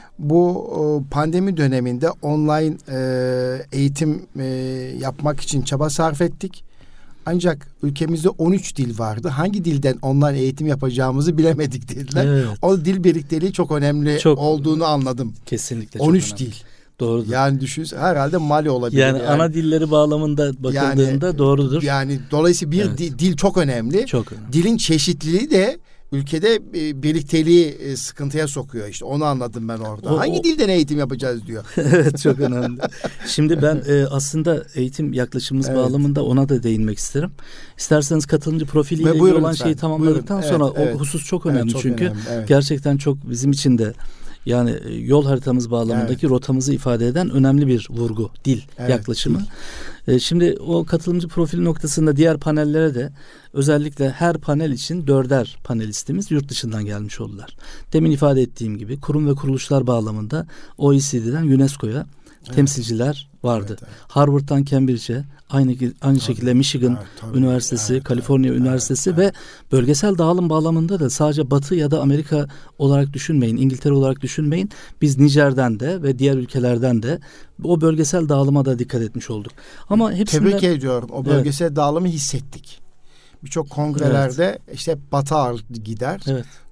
Bu pandemi döneminde online eğitim yapmak için çaba sarf ettik. Ancak ülkemizde on üç dil vardı. Hangi dilden online eğitim yapacağımızı bilemedik dediler. Evet. O dil birlikteliği çok önemli çok, olduğunu anladım. Kesinlikle. on üç dil. Doğrudur. Yani düşün herhalde Mali olabilir. Yani, yani ana dilleri bağlamında bakıldığında yani, doğrudur. Yani dolayısıyla bir evet. dil, dil çok önemli. Çok önemli. Dilin çeşitliliği de ülkede birlikteliği sıkıntıya sokuyor işte. Onu anladım ben orada. O, Hangi o... dilden eğitim yapacağız diyor. Evet çok önemli. Şimdi ben e, aslında eğitim yaklaşımımız evet. bağlamında ona da değinmek isterim. İsterseniz katılımcı profiliyle ilgili olan lütfen. şeyi tamamladıktan buyurun. sonra evet, o evet. husus çok önemli. Evet, çok çünkü önemli. Evet. gerçekten çok bizim için de yani yol haritamız bağlamındaki evet. rotamızı ifade eden önemli bir vurgu, dil evet, yaklaşımı. Dil. Şimdi o katılımcı profili noktasında diğer panellere de özellikle her panel için dörder panelistimiz yurt dışından gelmiş oldular. Demin ifade ettiğim gibi kurum ve kuruluşlar bağlamında O E C D'den UNESCO'ya evet. temsilciler vardı. Evet, evet. Harvard'dan Cambridge'e, aynı aynı tabii, şekilde Michigan evet, tabii, Üniversitesi, evet, Kaliforniya evet, Üniversitesi evet, ve evet. bölgesel dağılım bağlamında da sadece Batı ya da Amerika olarak düşünmeyin, İngiltere olarak düşünmeyin. Biz Nijer'den de ve diğer ülkelerden de o bölgesel dağılıma da dikkat etmiş olduk. Ama hepsinde tebrik ediyorum. O bölgesel evet. dağılımı hissettik. Birçok kongrelerde evet. işte Batı ağırlıklı gider. Evet.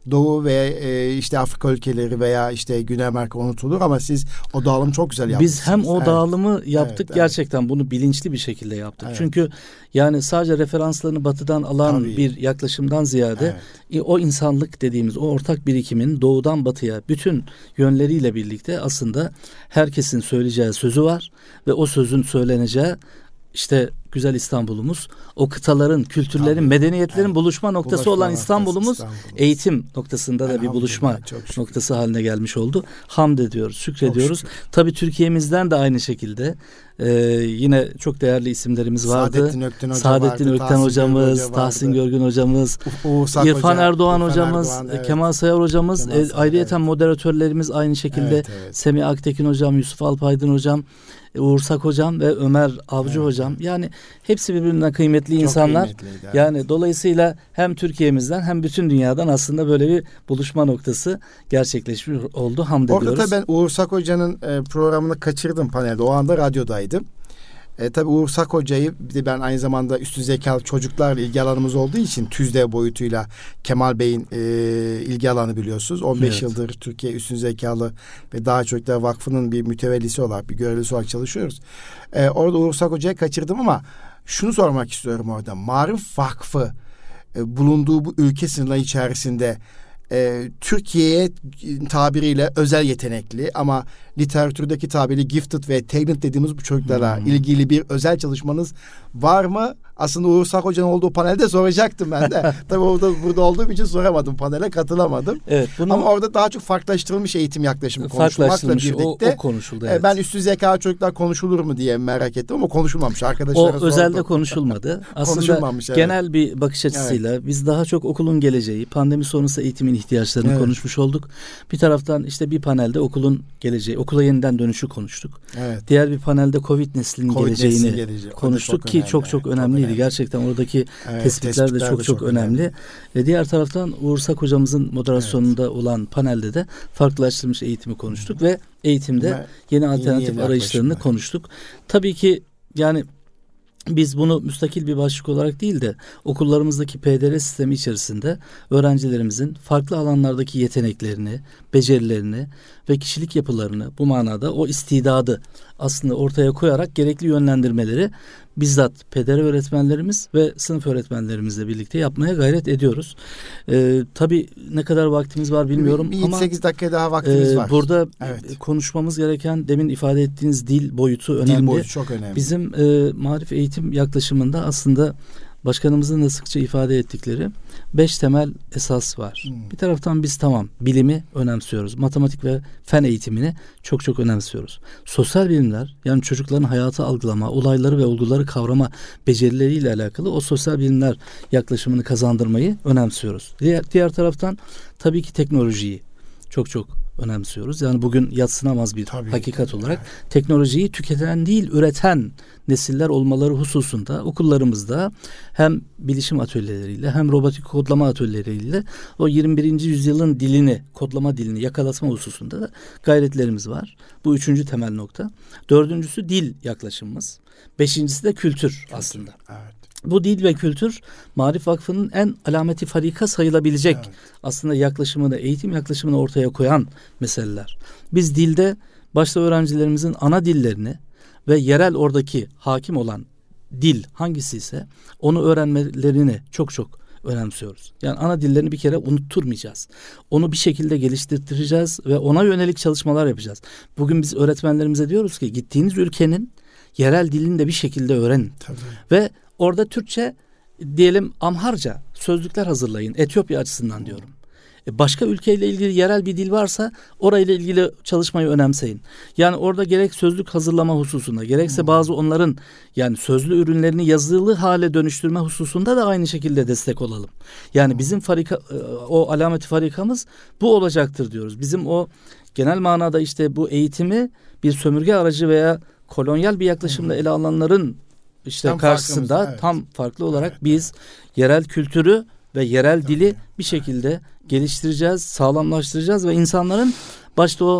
Doğu ve e, işte Afrika ülkeleri veya işte Güney Amerika unutulur ama siz o dağılımı çok güzel yaptınız. Biz hem o evet. dağılımı yaptık evet, gerçekten evet. bunu bilinçli bir şekilde yaptık. Evet. Çünkü yani sadece referanslarını batıdan alan Tabii. bir yaklaşımdan ziyade evet. o insanlık dediğimiz o ortak birikimin doğudan batıya bütün yönleriyle birlikte aslında herkesin söyleyeceği sözü var ve o sözün söyleneceği işte güzel İstanbul'umuz, o kıtaların, kültürlerin, Tabii, medeniyetlerin evet. buluşma noktası buluşma olan İstanbul'umuz, İstanbul'umuz eğitim noktasında da bir buluşma noktası haline gelmiş oldu. Hamd ediyoruz, şükrediyoruz. Tabii Türkiye'mizden de aynı şekilde e, yine çok değerli isimlerimiz vardı. Saadettin Ökten, Hoca Saadettin vardı, Ökten Tahsin hocamız, Hoca Tahsin Görgün hocamız, Uğursak İrfan Hoca, Erdoğan İrfan hocamız, Erdoğan, evet. Kemal Sayar hocamız, Kemal e, Sayar, ayrıyeten evet. moderatörlerimiz aynı şekilde evet, evet. Semih Aktekin hocam, Yusuf Alpaydın hocam, Uğursak hocam ve Ömer Avcı evet. hocam. Yani hepsi birbirinden kıymetli Çok insanlar. Evet. Yani dolayısıyla hem Türkiye'mizden hem bütün dünyadan aslında böyle bir buluşma noktası gerçekleşmiş oldu. Hamd Orada ediyoruz. Orada ben Uğursak Hoca'nın e, programını kaçırdım panelde. O anda radyodaydım. E, tabii Uğursak Hoca'yı bir de ben aynı zamanda üstün zekalı çocuklarla ilgi alanımız olduğu için TÜZDE boyutuyla Kemal Bey'in e, ilgi alanı biliyorsunuz. on beş evet. yıldır Türkiye Üstün Zekalı ve Daha Çocuklar Vakfı'nın bir mütevellisi olarak, bir görevlisi olarak çalışıyoruz. E, orada Uğursak Hoca'yı kaçırdım ama şunu sormak istiyorum orada. Marif Vakfı e, bulunduğu bu ülke sınırları içerisinde e, Türkiye'ye tabiriyle özel yetenekli ama literatürdeki tabiriyle gifted ve talented dediğimiz bu çocuklara hmm. ilgili bir özel çalışmanız var mı? Aslında Uğursak Hoca'nın olduğu panelde soracaktım ben de. Tabii orada burada olduğum için soramadım, panele katılamadım. Evet, bunu ama orada daha çok farklılaştırılmış eğitim yaklaşımı konuşulmakla birlikte. O, o konuşuldu. Evet. Ben üstün zekalı çocuklar konuşulur mu diye merak ettim ama konuşulmamış. Arkadaşlara o özelde sordum. Konuşulmadı. Aslında evet. genel bir bakış açısıyla evet. biz daha çok okulun geleceği, pandemi sonrası eğitimin ihtiyaçlarını evet. konuşmuş olduk. Bir taraftan işte bir panelde okulun geleceği, okula yeniden dönüşü konuştuk. Evet. Diğer bir panelde Covid neslinin COVID geleceğini neslin geleceği. konuştuk çok ki önemli. çok çok önemliydi. Çok gerçekten oradaki evet, tespitler, tespitler de çok de çok, çok önemli. önemli. Ve diğer taraftan Uğursak hocamızın moderasyonunda evet. olan panelde de farklılaştırılmış eğitimi konuştuk Hı. ve eğitimde Ama yeni alternatif yeni arayışlarını konuştuk. Tabii ki yani biz bunu müstakil bir başlık olarak değil de okullarımızdaki P D R sistemi içerisinde öğrencilerimizin farklı alanlardaki yeteneklerini, becerilerini ve kişilik yapılarını bu manada o istidadı aslında ortaya koyarak gerekli yönlendirmeleri bizzat P D R öğretmenlerimiz ve sınıf öğretmenlerimizle birlikte yapmaya gayret ediyoruz. Ee, tabii ne kadar vaktimiz var bilmiyorum bir, bir ama sekiz dakika daha vaktimiz e, var. Burada evet. konuşmamız gereken demin ifade ettiğiniz dil boyutu önemli. Dil boyutu çok önemli. Bizim e, marif eğitim yaklaşımında aslında başkanımızın da sıkça ifade ettikleri beş temel esas var. Hmm. Bir taraftan biz tamam bilimi önemsiyoruz. Matematik ve fen eğitimini çok çok önemsiyoruz. Sosyal bilimler yani çocukların hayatı algılama, olayları ve olguları kavrama becerileriyle alakalı o sosyal bilimler yaklaşımını kazandırmayı önemsiyoruz. Diğer, diğer taraftan tabii ki teknolojiyi çok çok önemsiyoruz. Yani bugün yadsınamaz bir Tabii. hakikat olarak evet. teknolojiyi tüketen değil üreten nesiller olmaları hususunda okullarımızda hem bilişim atölyeleriyle hem robotik kodlama atölyeleriyle o yirmi birinci yüzyılın dilini, kodlama dilini yakalatma hususunda da gayretlerimiz var. Bu üçüncü temel nokta. Dördüncüsü dil yaklaşımımız. Beşincisi de kültür, kültür. aslında. Evet. Bu dil ve kültür Marif Vakfı'nın en alameti farika sayılabilecek evet. aslında yaklaşımını, eğitim yaklaşımını ortaya koyan meseleler. Biz dilde başta öğrencilerimizin ana dillerini ve yerel oradaki hakim olan dil hangisi ise onu öğrenmelerini çok çok önemsiyoruz. Yani ana dillerini bir kere unutturmayacağız. Onu bir şekilde geliştireceğiz ve ona yönelik çalışmalar yapacağız. Bugün biz öğretmenlerimize diyoruz ki gittiğiniz ülkenin yerel dilini de bir şekilde öğrenin. Tabii. Ve orada Türkçe diyelim Amharca sözlükler hazırlayın. Etiyopya açısından diyorum. E başka ülkeyle ilgili yerel bir dil varsa orayla ilgili çalışmayı önemseyin. Yani orada gerek sözlük hazırlama hususunda gerekse bazı onların yani sözlü ürünlerini yazılı hale dönüştürme hususunda da aynı şekilde destek olalım. Yani bizim farika, o alameti farikamız bu olacaktır diyoruz. Bizim o genel manada işte bu eğitimi bir sömürge aracı veya kolonyal bir yaklaşımla ele alanların işte tam karşısında evet. tam farklı olarak evet, biz evet. yerel kültürü ve yerel Tabii. dili bir şekilde geliştireceğiz, sağlamlaştıracağız ve insanların başta o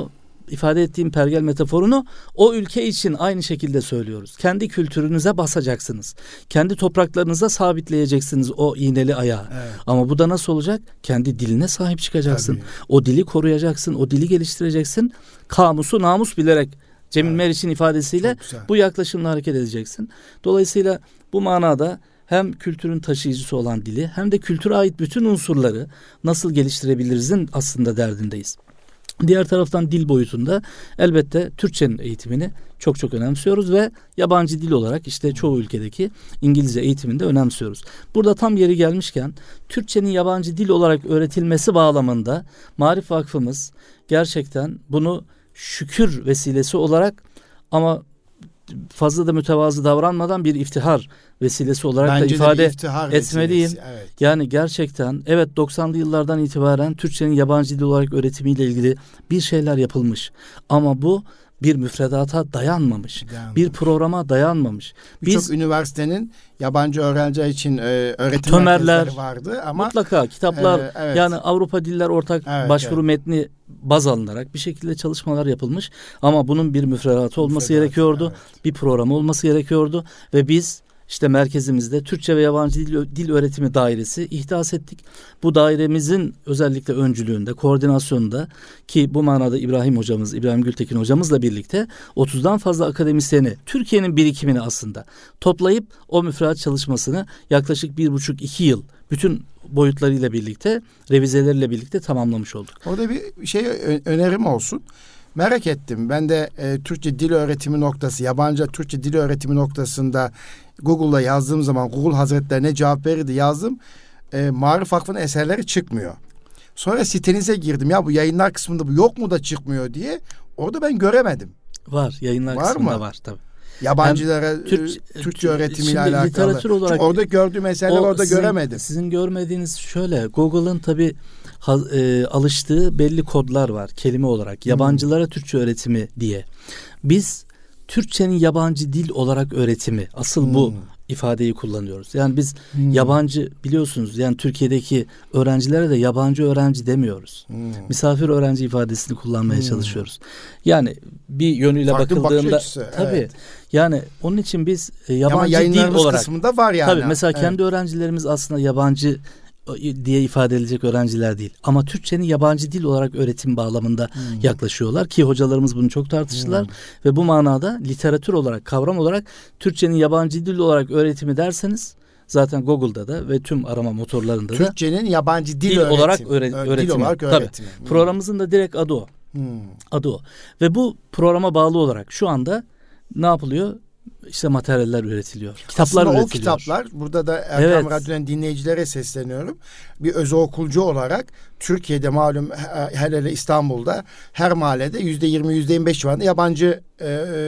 ifade ettiğim pergel metaforunu o ülke için aynı şekilde söylüyoruz. Kendi kültürünüze basacaksınız. Kendi topraklarınıza sabitleyeceksiniz o iğneli ayağı. Evet. Ama bu da nasıl olacak? Kendi diline sahip çıkacaksın. Tabii. O dili koruyacaksın, o dili geliştireceksin. Kamusu namus bilerek Cemil evet. Meriç'in ifadesiyle bu yaklaşımla hareket edeceksin. Dolayısıyla bu manada hem kültürün taşıyıcısı olan dili hem de kültüre ait bütün unsurları nasıl geliştirebilirizin aslında derdindeyiz. Diğer taraftan dil boyutunda elbette Türkçenin eğitimini çok çok önemsiyoruz ve yabancı dil olarak işte çoğu ülkedeki İngilizce eğitimini de önemsiyoruz. Burada tam yeri gelmişken Türkçenin yabancı dil olarak öğretilmesi bağlamında Maarif Vakfımız gerçekten bunu şükür vesilesi olarak ama fazla da mütevazı davranmadan bir iftihar vesilesi olarak Bence da ifade etmeliyim. Evet. Yani gerçekten evet doksanlı yıllardan itibaren Türkçenin yabancı dil olarak öğretimiyle ilgili bir şeyler yapılmış. Ama bu bir müfredata dayanmamış. dayanmamış. Bir programa dayanmamış. Birçok üniversitenin yabancı öğrenciler için e, öğretim merkezleri vardı ama mutlaka kitaplar e, evet. yani Avrupa Diller Ortak evet, Başvuru evet. metni baz alınarak bir şekilde çalışmalar yapılmış ama bunun bir müfredatı olması Müfredat, gerekiyordu. Evet. Bir programı olması gerekiyordu ve biz İşte merkezimizde Türkçe ve yabancı dil, dil öğretimi dairesi ihdas ettik. Bu dairemizin özellikle öncülüğünde, koordinasyonunda ki bu manada İbrahim hocamız, İbrahim Gültekin hocamızla birlikte otuzdan fazla akademisyeni, Türkiye'nin birikimini aslında toplayıp o müfredat çalışmasını yaklaşık bir buçuk iki yıl bütün boyutlarıyla birlikte, revizeleriyle birlikte tamamlamış olduk. Orada bir şey önerim olsun. Merak ettim. Ben de e, Türkçe dil öğretimi noktası, yabancı Türkçe dil öğretimi noktasında Google'da yazdığım zaman Google Hazretlerine cevap verirdi yazdım. E, Maarif Vakfı'nın eserleri çıkmıyor. Sonra sitenize girdim. Ya bu yayınlar kısmında bu yok mu da çıkmıyor diye. Orada ben göremedim. Var. Yayınlar var kısmında mı? Var tabii. Yabancılara Türk, Türkçe öğretimiyle alakalı. Literatür olarak Çünkü orada gördüğüm eserleri orada sizin, göremedim. Sizin görmediğiniz şöyle. Google'ın tabii ha, e, alıştığı belli kodlar var kelime olarak. Yabancılara hmm. Türkçe öğretimi diye. Biz Türkçenin yabancı dil olarak öğretimi asıl hmm. bu ifadeyi kullanıyoruz. Yani biz hmm. yabancı biliyorsunuz yani Türkiye'deki öğrencilere de yabancı öğrenci demiyoruz. Hmm. Misafir öğrenci ifadesini kullanmaya hmm. çalışıyoruz. Yani bir yönüyle farklı bakıldığında açısı, tabii evet. yani onun için biz e, yabancı dil olarak kısmında var yani. Tabii mesela evet. kendi öğrencilerimiz aslında yabancı diye ifade edilecek öğrenciler değil. Ama Türkçenin yabancı dil olarak öğretim bağlamında hmm. yaklaşıyorlar ki hocalarımız bunu çok tartıştılar hmm. ve bu manada literatür olarak, kavram olarak Türkçenin yabancı dil olarak öğretimi derseniz zaten Google'da da ve tüm arama motorlarında da Türkçenin yabancı dil, dil öğretim, olarak öğre- öğretimi. Dil olarak öğretimi. Tabii. Hmm. Programımızın da direkt adı o. Hmm. Adı o. Ve bu programa bağlı olarak şu anda ne yapılıyor? İşte materyaller üretiliyor. Kitaplar Aslında üretiliyor. o kitaplar, burada da Erkam evet. Radyo'dan dinleyicilere sesleniyorum. Bir özokulcu olarak Türkiye'de malum hele hele İstanbul'da her mahallede yüzde yirmi yüzde yirmi beş civarında yabancı e,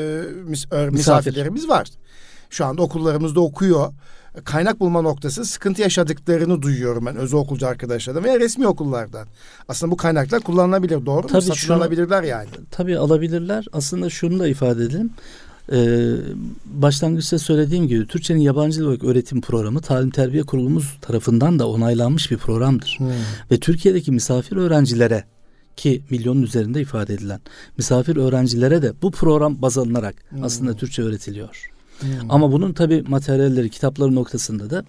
mis- misafirlerimiz var. Şu anda okullarımızda okuyor. Kaynak bulma noktası sıkıntı yaşadıklarını duyuyorum ben özokulcu arkadaşlardan veya resmi okullardan. Aslında bu kaynaklar kullanılabilir, doğru tabii mu? Satın şunu, alabilirler yani. Tabii alabilirler. Aslında şunu da ifade edelim. Ee, başlangıçta söylediğim gibi Türkçenin yabancı dil olarak öğretim programı Talim Terbiye Kurulumuz tarafından da onaylanmış bir programdır. Hmm. Ve Türkiye'deki misafir öğrencilere ki milyonun üzerinde ifade edilen misafir öğrencilere de bu program baz alınarak hmm. aslında Türkçe öğretiliyor. Hmm. Ama bunun tabii materyalleri, kitapları noktasında da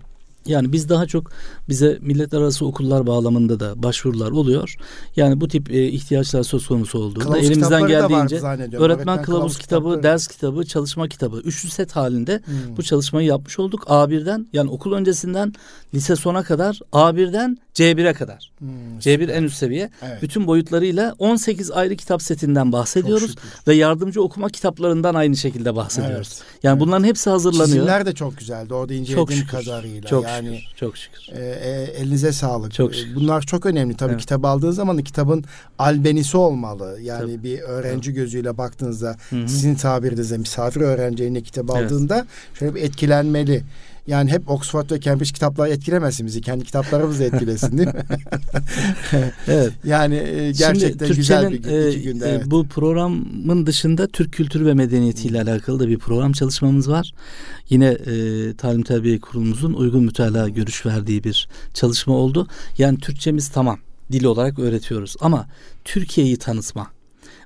yani biz daha çok bize milletler arası okullar bağlamında da başvurular oluyor. Yani bu tip e, ihtiyaçlar söz konusu olduğunda kılavuz elimizden geldiğince öğretmen, öğretmen kılavuz kitabı, kitapları. ders kitabı, çalışma kitabı üçlü set halinde hmm. bu çalışmayı yapmış olduk. A birden yani okul öncesinden lise sona kadar A birden C bire kadar. Hmm, C bir en üst seviye. Evet. Bütün boyutlarıyla on sekiz ayrı kitap setinden bahsediyoruz ve yardımcı okuma kitaplarından aynı şekilde bahsediyoruz. Evet. Yani evet. bunların hepsi hazırlanıyor. Çizimler de çok güzeldi. Orada incelediğim kadarıyla. Çok yani şükür. Çok şükür. E, e, elinize sağlık. Çok şükür. Bunlar çok önemli. Tabii evet. kitap aldığın zaman da kitabın albenisi olmalı. Yani tabii. bir öğrenci evet. gözüyle baktığınızda Hı-hı. sizin tabirinizde misafir öğrenci eline kitap evet. aldığında şöyle bir etkilenmeli. Yani hep Oxford ve Cambridge kitaplar etkilemesin bizi. Kendi kitaplarımız da etkilesin değil mi? evet. Yani e, gerçekten Şimdi, güzel bir gün. iki günde, e, evet. Bu programın dışında Türk kültürü ve medeniyeti ile alakalı da bir program çalışmamız var. Yine e, Talim Terbiye Kurulumuzun uygun mütalaa görüş verdiği bir çalışma oldu. Yani Türkçemiz tamam. Dil olarak öğretiyoruz ama Türkiye'yi tanıtma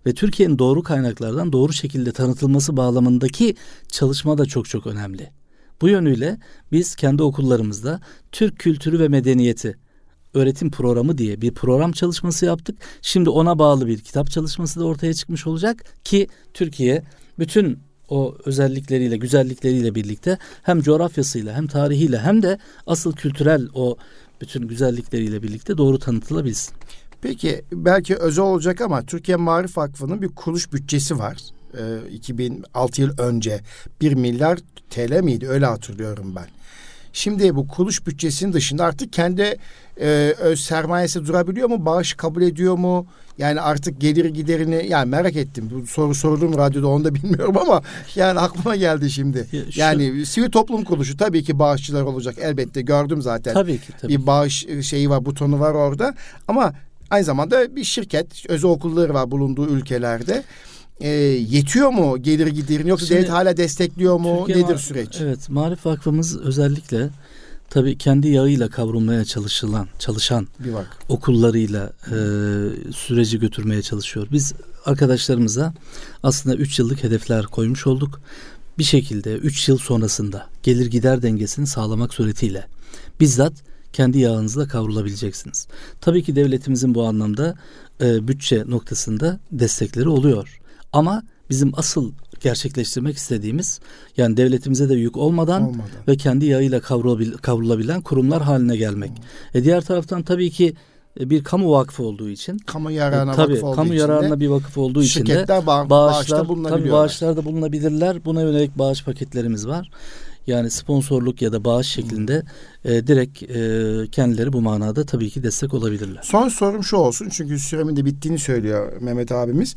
ve Türkiye'nin doğru kaynaklardan doğru şekilde tanıtılması bağlamındaki çalışma da çok çok önemli. Bu yönüyle biz kendi okullarımızda Türk kültürü ve medeniyeti öğretim programı diye bir program çalışması yaptık. Şimdi ona bağlı bir kitap çalışması da ortaya çıkmış olacak ki Türkiye bütün o özellikleriyle, güzellikleriyle birlikte hem coğrafyasıyla hem tarihiyle hem de asıl kültürel o bütün güzellikleriyle birlikte doğru tanıtılabilsin. Peki belki özel olacak ama Türkiye Maarif Vakfı'nın bir kuruluş bütçesi var. Ee, iki bin altı yıl önce bir milyar T L miydi? Öyle hatırlıyorum ben. Şimdi bu kuruluş bütçesinin dışında artık kendi e, öz sermayesi durabiliyor mu? Bağış kabul ediyor mu? Yani artık gelir giderini yani merak ettim. Bu soru sordum radyoda, onu da bilmiyorum ama yani aklıma geldi şimdi. Ya şu, yani sivil toplum kuruluşu tabii ki bağışçılar olacak elbette, gördüm zaten. Tabii ki. Tabii. Bir bağış şeyi var, butonu var orada ama aynı zamanda bir şirket, özel okulları var bulunduğu ülkelerde. E, yetiyor mu gelir giderini, yoksa Şimdi, devlet hala destekliyor mu? Türkiye Nedir Ma- süreç? Evet, Maarif Vakfımız özellikle tabii kendi yağıyla kavrulmaya çalışılan, çalışan bir bak. okullarıyla e, süreci götürmeye çalışıyor. Biz arkadaşlarımıza aslında üç yıllık hedefler koymuş olduk. Bir şekilde üç yıl sonrasında gelir gider dengesini sağlamak suretiyle bizzat kendi yağınızla kavrulabileceksiniz. Tabii ki devletimizin bu anlamda e, bütçe noktasında destekleri oluyor. Ama bizim asıl gerçekleştirmek istediğimiz, yani devletimize de yük olmadan, olmadan. ve kendi yağıyla kavrulabil- kavrulabilen kurumlar haline gelmek. Hmm. E diğer taraftan tabii ki bir kamu vakfı olduğu için, kamu yararına e, tabii, vakfı olduğu kamu için yararına bir vakıf olduğu için de bağ- bağışlar, tabii bağışlarda bulunabilirler. Buna yönelik bağış paketlerimiz var. Yani sponsorluk ya da bağış şeklinde e, direkt e, kendileri bu manada tabii ki destek olabilirler. Son sorum şu olsun, çünkü süremin de bittiğini söylüyor Mehmet abimiz.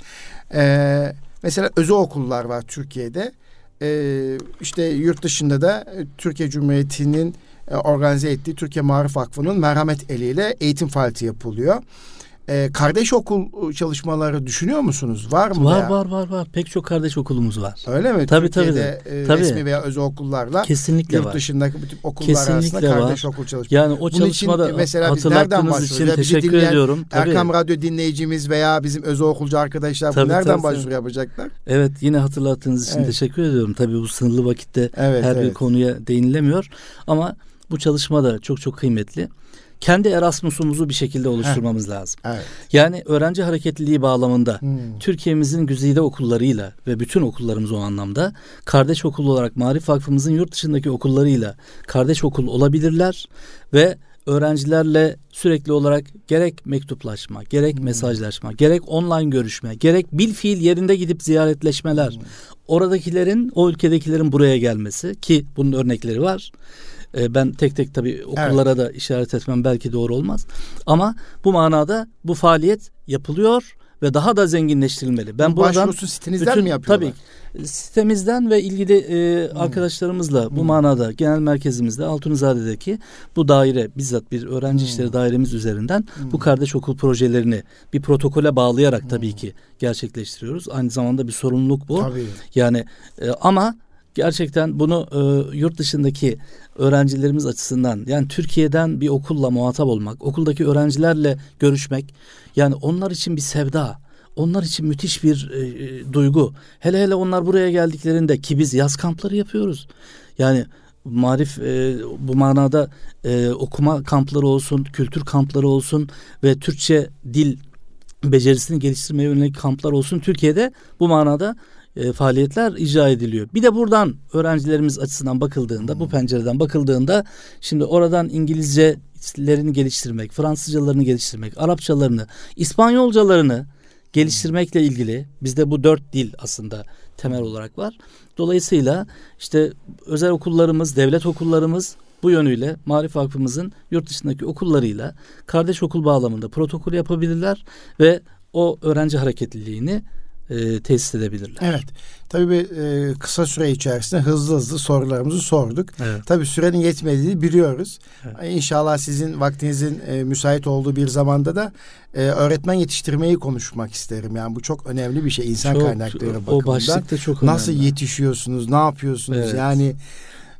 Ee, mesela özel okullar var Türkiye'de. Ee, işte yurt dışında da Türkiye Cumhuriyeti'nin e, organize ettiği Türkiye Maarif Vakfı'nın merhamet eliyle eğitim faaliyeti yapılıyor. Ee, kardeş okul çalışmaları düşünüyor musunuz? Var mı? Var veya? var var var. Pek çok kardeş okulumuz var. Öyle mi? Tabii Türkiye'de tabii. E, tabii. resmi veya özel okullarla kesinlikle yurt var. dışındaki bütün okullar kesinlikle arasında kardeş var. okul çalışmaları. Yani o çalışmada mesela biz nereden başlıyoruz? için ya teşekkür ediyorum. Tabii. Erkam Radyo dinleyicimiz veya bizim özel okulcu arkadaşlar tabii, bu nereden tabii, başvuru tabii. yapacaklar? Evet, yine hatırlattığınız için evet. teşekkür ediyorum. Tabii bu sınırlı vakitte evet, her evet. bir konuya değinilemiyor. Ama bu çalışma da çok çok kıymetli. Kendi Erasmus'umuzu bir şekilde oluşturmamız Heh. lazım. Evet. Yani öğrenci hareketliliği bağlamında hmm. Türkiye'mizin güzide okullarıyla ve bütün okullarımız o anlamda kardeş okul olarak Maarif Vakfımızın yurt dışındaki okullarıyla kardeş okul olabilirler ve öğrencilerle sürekli olarak gerek mektuplaşma, gerek hmm. mesajlaşma, gerek online görüşme, gerek bilfiil yerinde gidip ziyaretleşmeler, hmm. oradakilerin, o ülkedekilerin buraya gelmesi, ki bunun örnekleri var. Ben tek tek tabii okullara evet. da işaret etmem belki doğru olmaz. Ama bu manada bu faaliyet yapılıyor ve daha da zenginleştirilmeli. Ben bu buradan başvurusu sitenizden bütün, mi yapıyorlar? Tabii sitemizden ve ilgili e, hmm. arkadaşlarımızla bu hmm. manada genel merkezimizde Altunizade'deki bu daire, bizzat bir öğrenci hmm. işleri dairemiz üzerinden hmm. bu kardeş okul projelerini bir protokole bağlayarak hmm. tabii ki gerçekleştiriyoruz. Aynı zamanda bir sorumluluk bu. Tabii. Yani e, ama gerçekten bunu e, yurt dışındaki öğrencilerimiz açısından, yani Türkiye'den bir okulla muhatap olmak, okuldaki öğrencilerle görüşmek, yani onlar için bir sevda, onlar için müthiş bir e, duygu. Hele hele onlar buraya geldiklerinde, ki biz yaz kampları yapıyoruz. Yani Maarif e, bu manada e, okuma kampları olsun, kültür kampları olsun ve Türkçe dil becerisini geliştirmeye yönelik kamplar olsun, Türkiye'de bu manada E, faaliyetler icra ediliyor. Bir de buradan öğrencilerimiz açısından bakıldığında, hmm. bu pencereden bakıldığında, şimdi oradan İngilizcelerini geliştirmek, Fransızcalarını geliştirmek, Arapçalarını, İspanyolcalarını geliştirmekle ilgili bizde bu dört dil aslında temel olarak var. Dolayısıyla işte özel okullarımız, devlet okullarımız bu yönüyle Maarif Vakfımızın yurt dışındaki okullarıyla kardeş okul bağlamında protokol yapabilirler ve o öğrenci hareketliliğini E, tesis edebilirler. Evet. Tabii e, kısa süre içerisinde hızlı hızlı sorularımızı sorduk. Evet. Tabii sürenin yetmediğini biliyoruz. Evet. İnşallah sizin vaktinizin e, müsait olduğu bir zamanda da e, öğretmen yetiştirmeyi konuşmak isterim. Yani bu çok önemli bir şey insan çok, kaynakları bakımından. O başlık da çok önemli. Nasıl yetişiyorsunuz? Ne yapıyorsunuz? Evet. Yani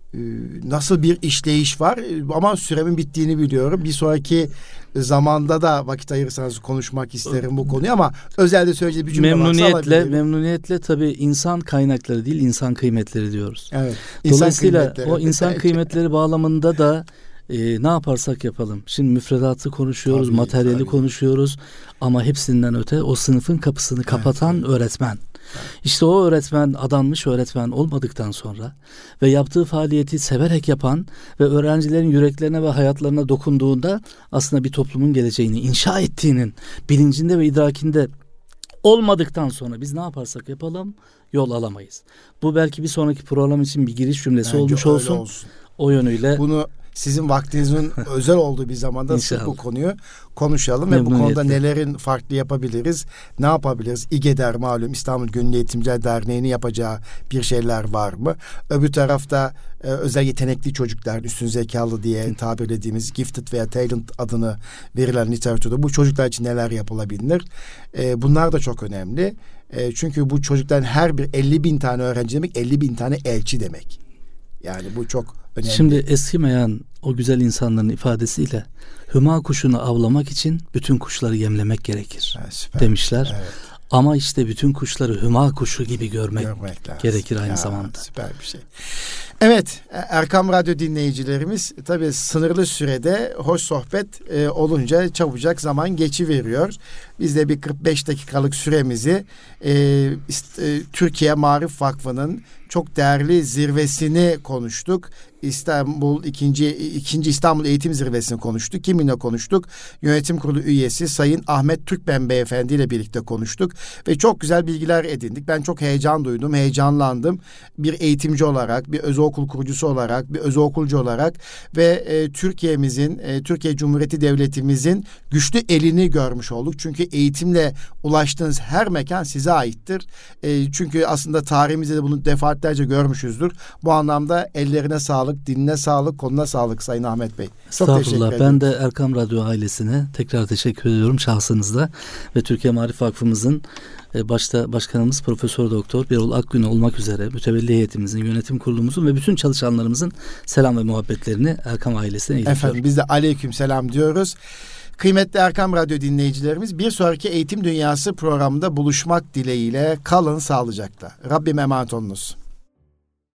nasıl bir işleyiş var ama süremin bittiğini biliyorum. Bir sonraki zamanda da vakit ayırırsanız konuşmak isterim bu konuyu ama özelde söyleyeceğim bir cümle memnuniyetle memnuniyetle tabii insan kaynakları değil insan kıymetleri diyoruz. Evet. Dolayısıyla o insan kıymetleri bağlamında da e, ne yaparsak yapalım. Şimdi müfredatı konuşuyoruz, tabii, materyali tabii. konuşuyoruz ama hepsinden öte o sınıfın kapısını kapatan evet, öğretmen. Evet. İşte o öğretmen adanmış öğretmen olmadıktan sonra ve yaptığı faaliyeti severek yapan ve öğrencilerin yüreklerine ve hayatlarına dokunduğunda aslında bir toplumun geleceğini inşa ettiğinin bilincinde ve idrakinde olmadıktan sonra biz ne yaparsak yapalım yol alamayız. Bu belki bir sonraki program için bir giriş cümlesi bence olmuş olsun. olsun. O yönüyle bunu sizin vaktinizin özel olduğu bir zamanda sık bu konuyu konuşalım ve bu konuda nelerin farklı yapabiliriz, ne yapabiliriz? İGEDER malum İstanbul Gönüllü Eğitimciler Derneği'nin yapacağı bir şeyler var mı? Öbür tarafta e, özel yetenekli çocuklar, üstün zekalı diye tabirlediğimiz gifted veya talent adını verilen literatürde bu çocuklar için neler yapılabilir? E, bunlar da çok önemli. E, çünkü bu çocukların her bir elli bin tane öğrenci demek, elli bin tane elçi demek. Yani bu çok önemli. Şimdi eskimeyen o güzel insanların ifadesiyle hüma kuşunu avlamak için bütün kuşları yemlemek gerekir ha, demişler. Evet. Ama işte bütün kuşları hüma kuşu gibi görmek, görmek gerekir aynı ya, zamanda. Süper bir şey. Evet, Erkam Radyo dinleyicilerimiz tabii sınırlı sürede hoş sohbet e, olunca çabucak zaman geçiveriyor. Biz de bir kırk beş dakikalık süremizi e, e, Türkiye Maarif Vakfı'nın çok değerli zirvesini konuştuk. İstanbul ikinci ikinci İstanbul Eğitim Zirvesi'ni konuştuk. Kiminle konuştuk? Yönetim Kurulu üyesi Sayın Ahmet Türkben Beyefendi ile birlikte konuştuk ve çok güzel bilgiler edindik. Ben çok heyecan duydum, heyecanlandım. Bir eğitimci olarak, bir özel okul kurucusu olarak, bir özel okulcu olarak ve e, Türkiye'mizin, e, Türkiye Cumhuriyeti Devletimizin güçlü elini görmüş olduk. Çünkü eğitimle ulaştığınız her mekan size aittir. E, çünkü aslında tarihimizde de bunu defaatlerce görmüşüzdür. Bu anlamda ellerine sağlık, diline sağlık, koluna sağlık Sayın Ahmet Bey. Çok teşekkür ederim. Ben de Erkam Radyo ailesine tekrar teşekkür ediyorum şahsınızda ve Türkiye Maarif Vakfımızın başta başkanımız Profesör Doktor Birol Akgün olmak üzere mütevelli heyetimizin, yönetim kurulumuzun ve bütün çalışanlarımızın selam ve muhabbetlerini Erkam ailesine iletiyorum. Efendim biz de aleyküm selam diyoruz. Kıymetli Erkam Radyo dinleyicilerimiz, bir sonraki Eğitim Dünyası programında buluşmak dileğiyle kalın sağlıcakla. Rabbim emanet olunuz.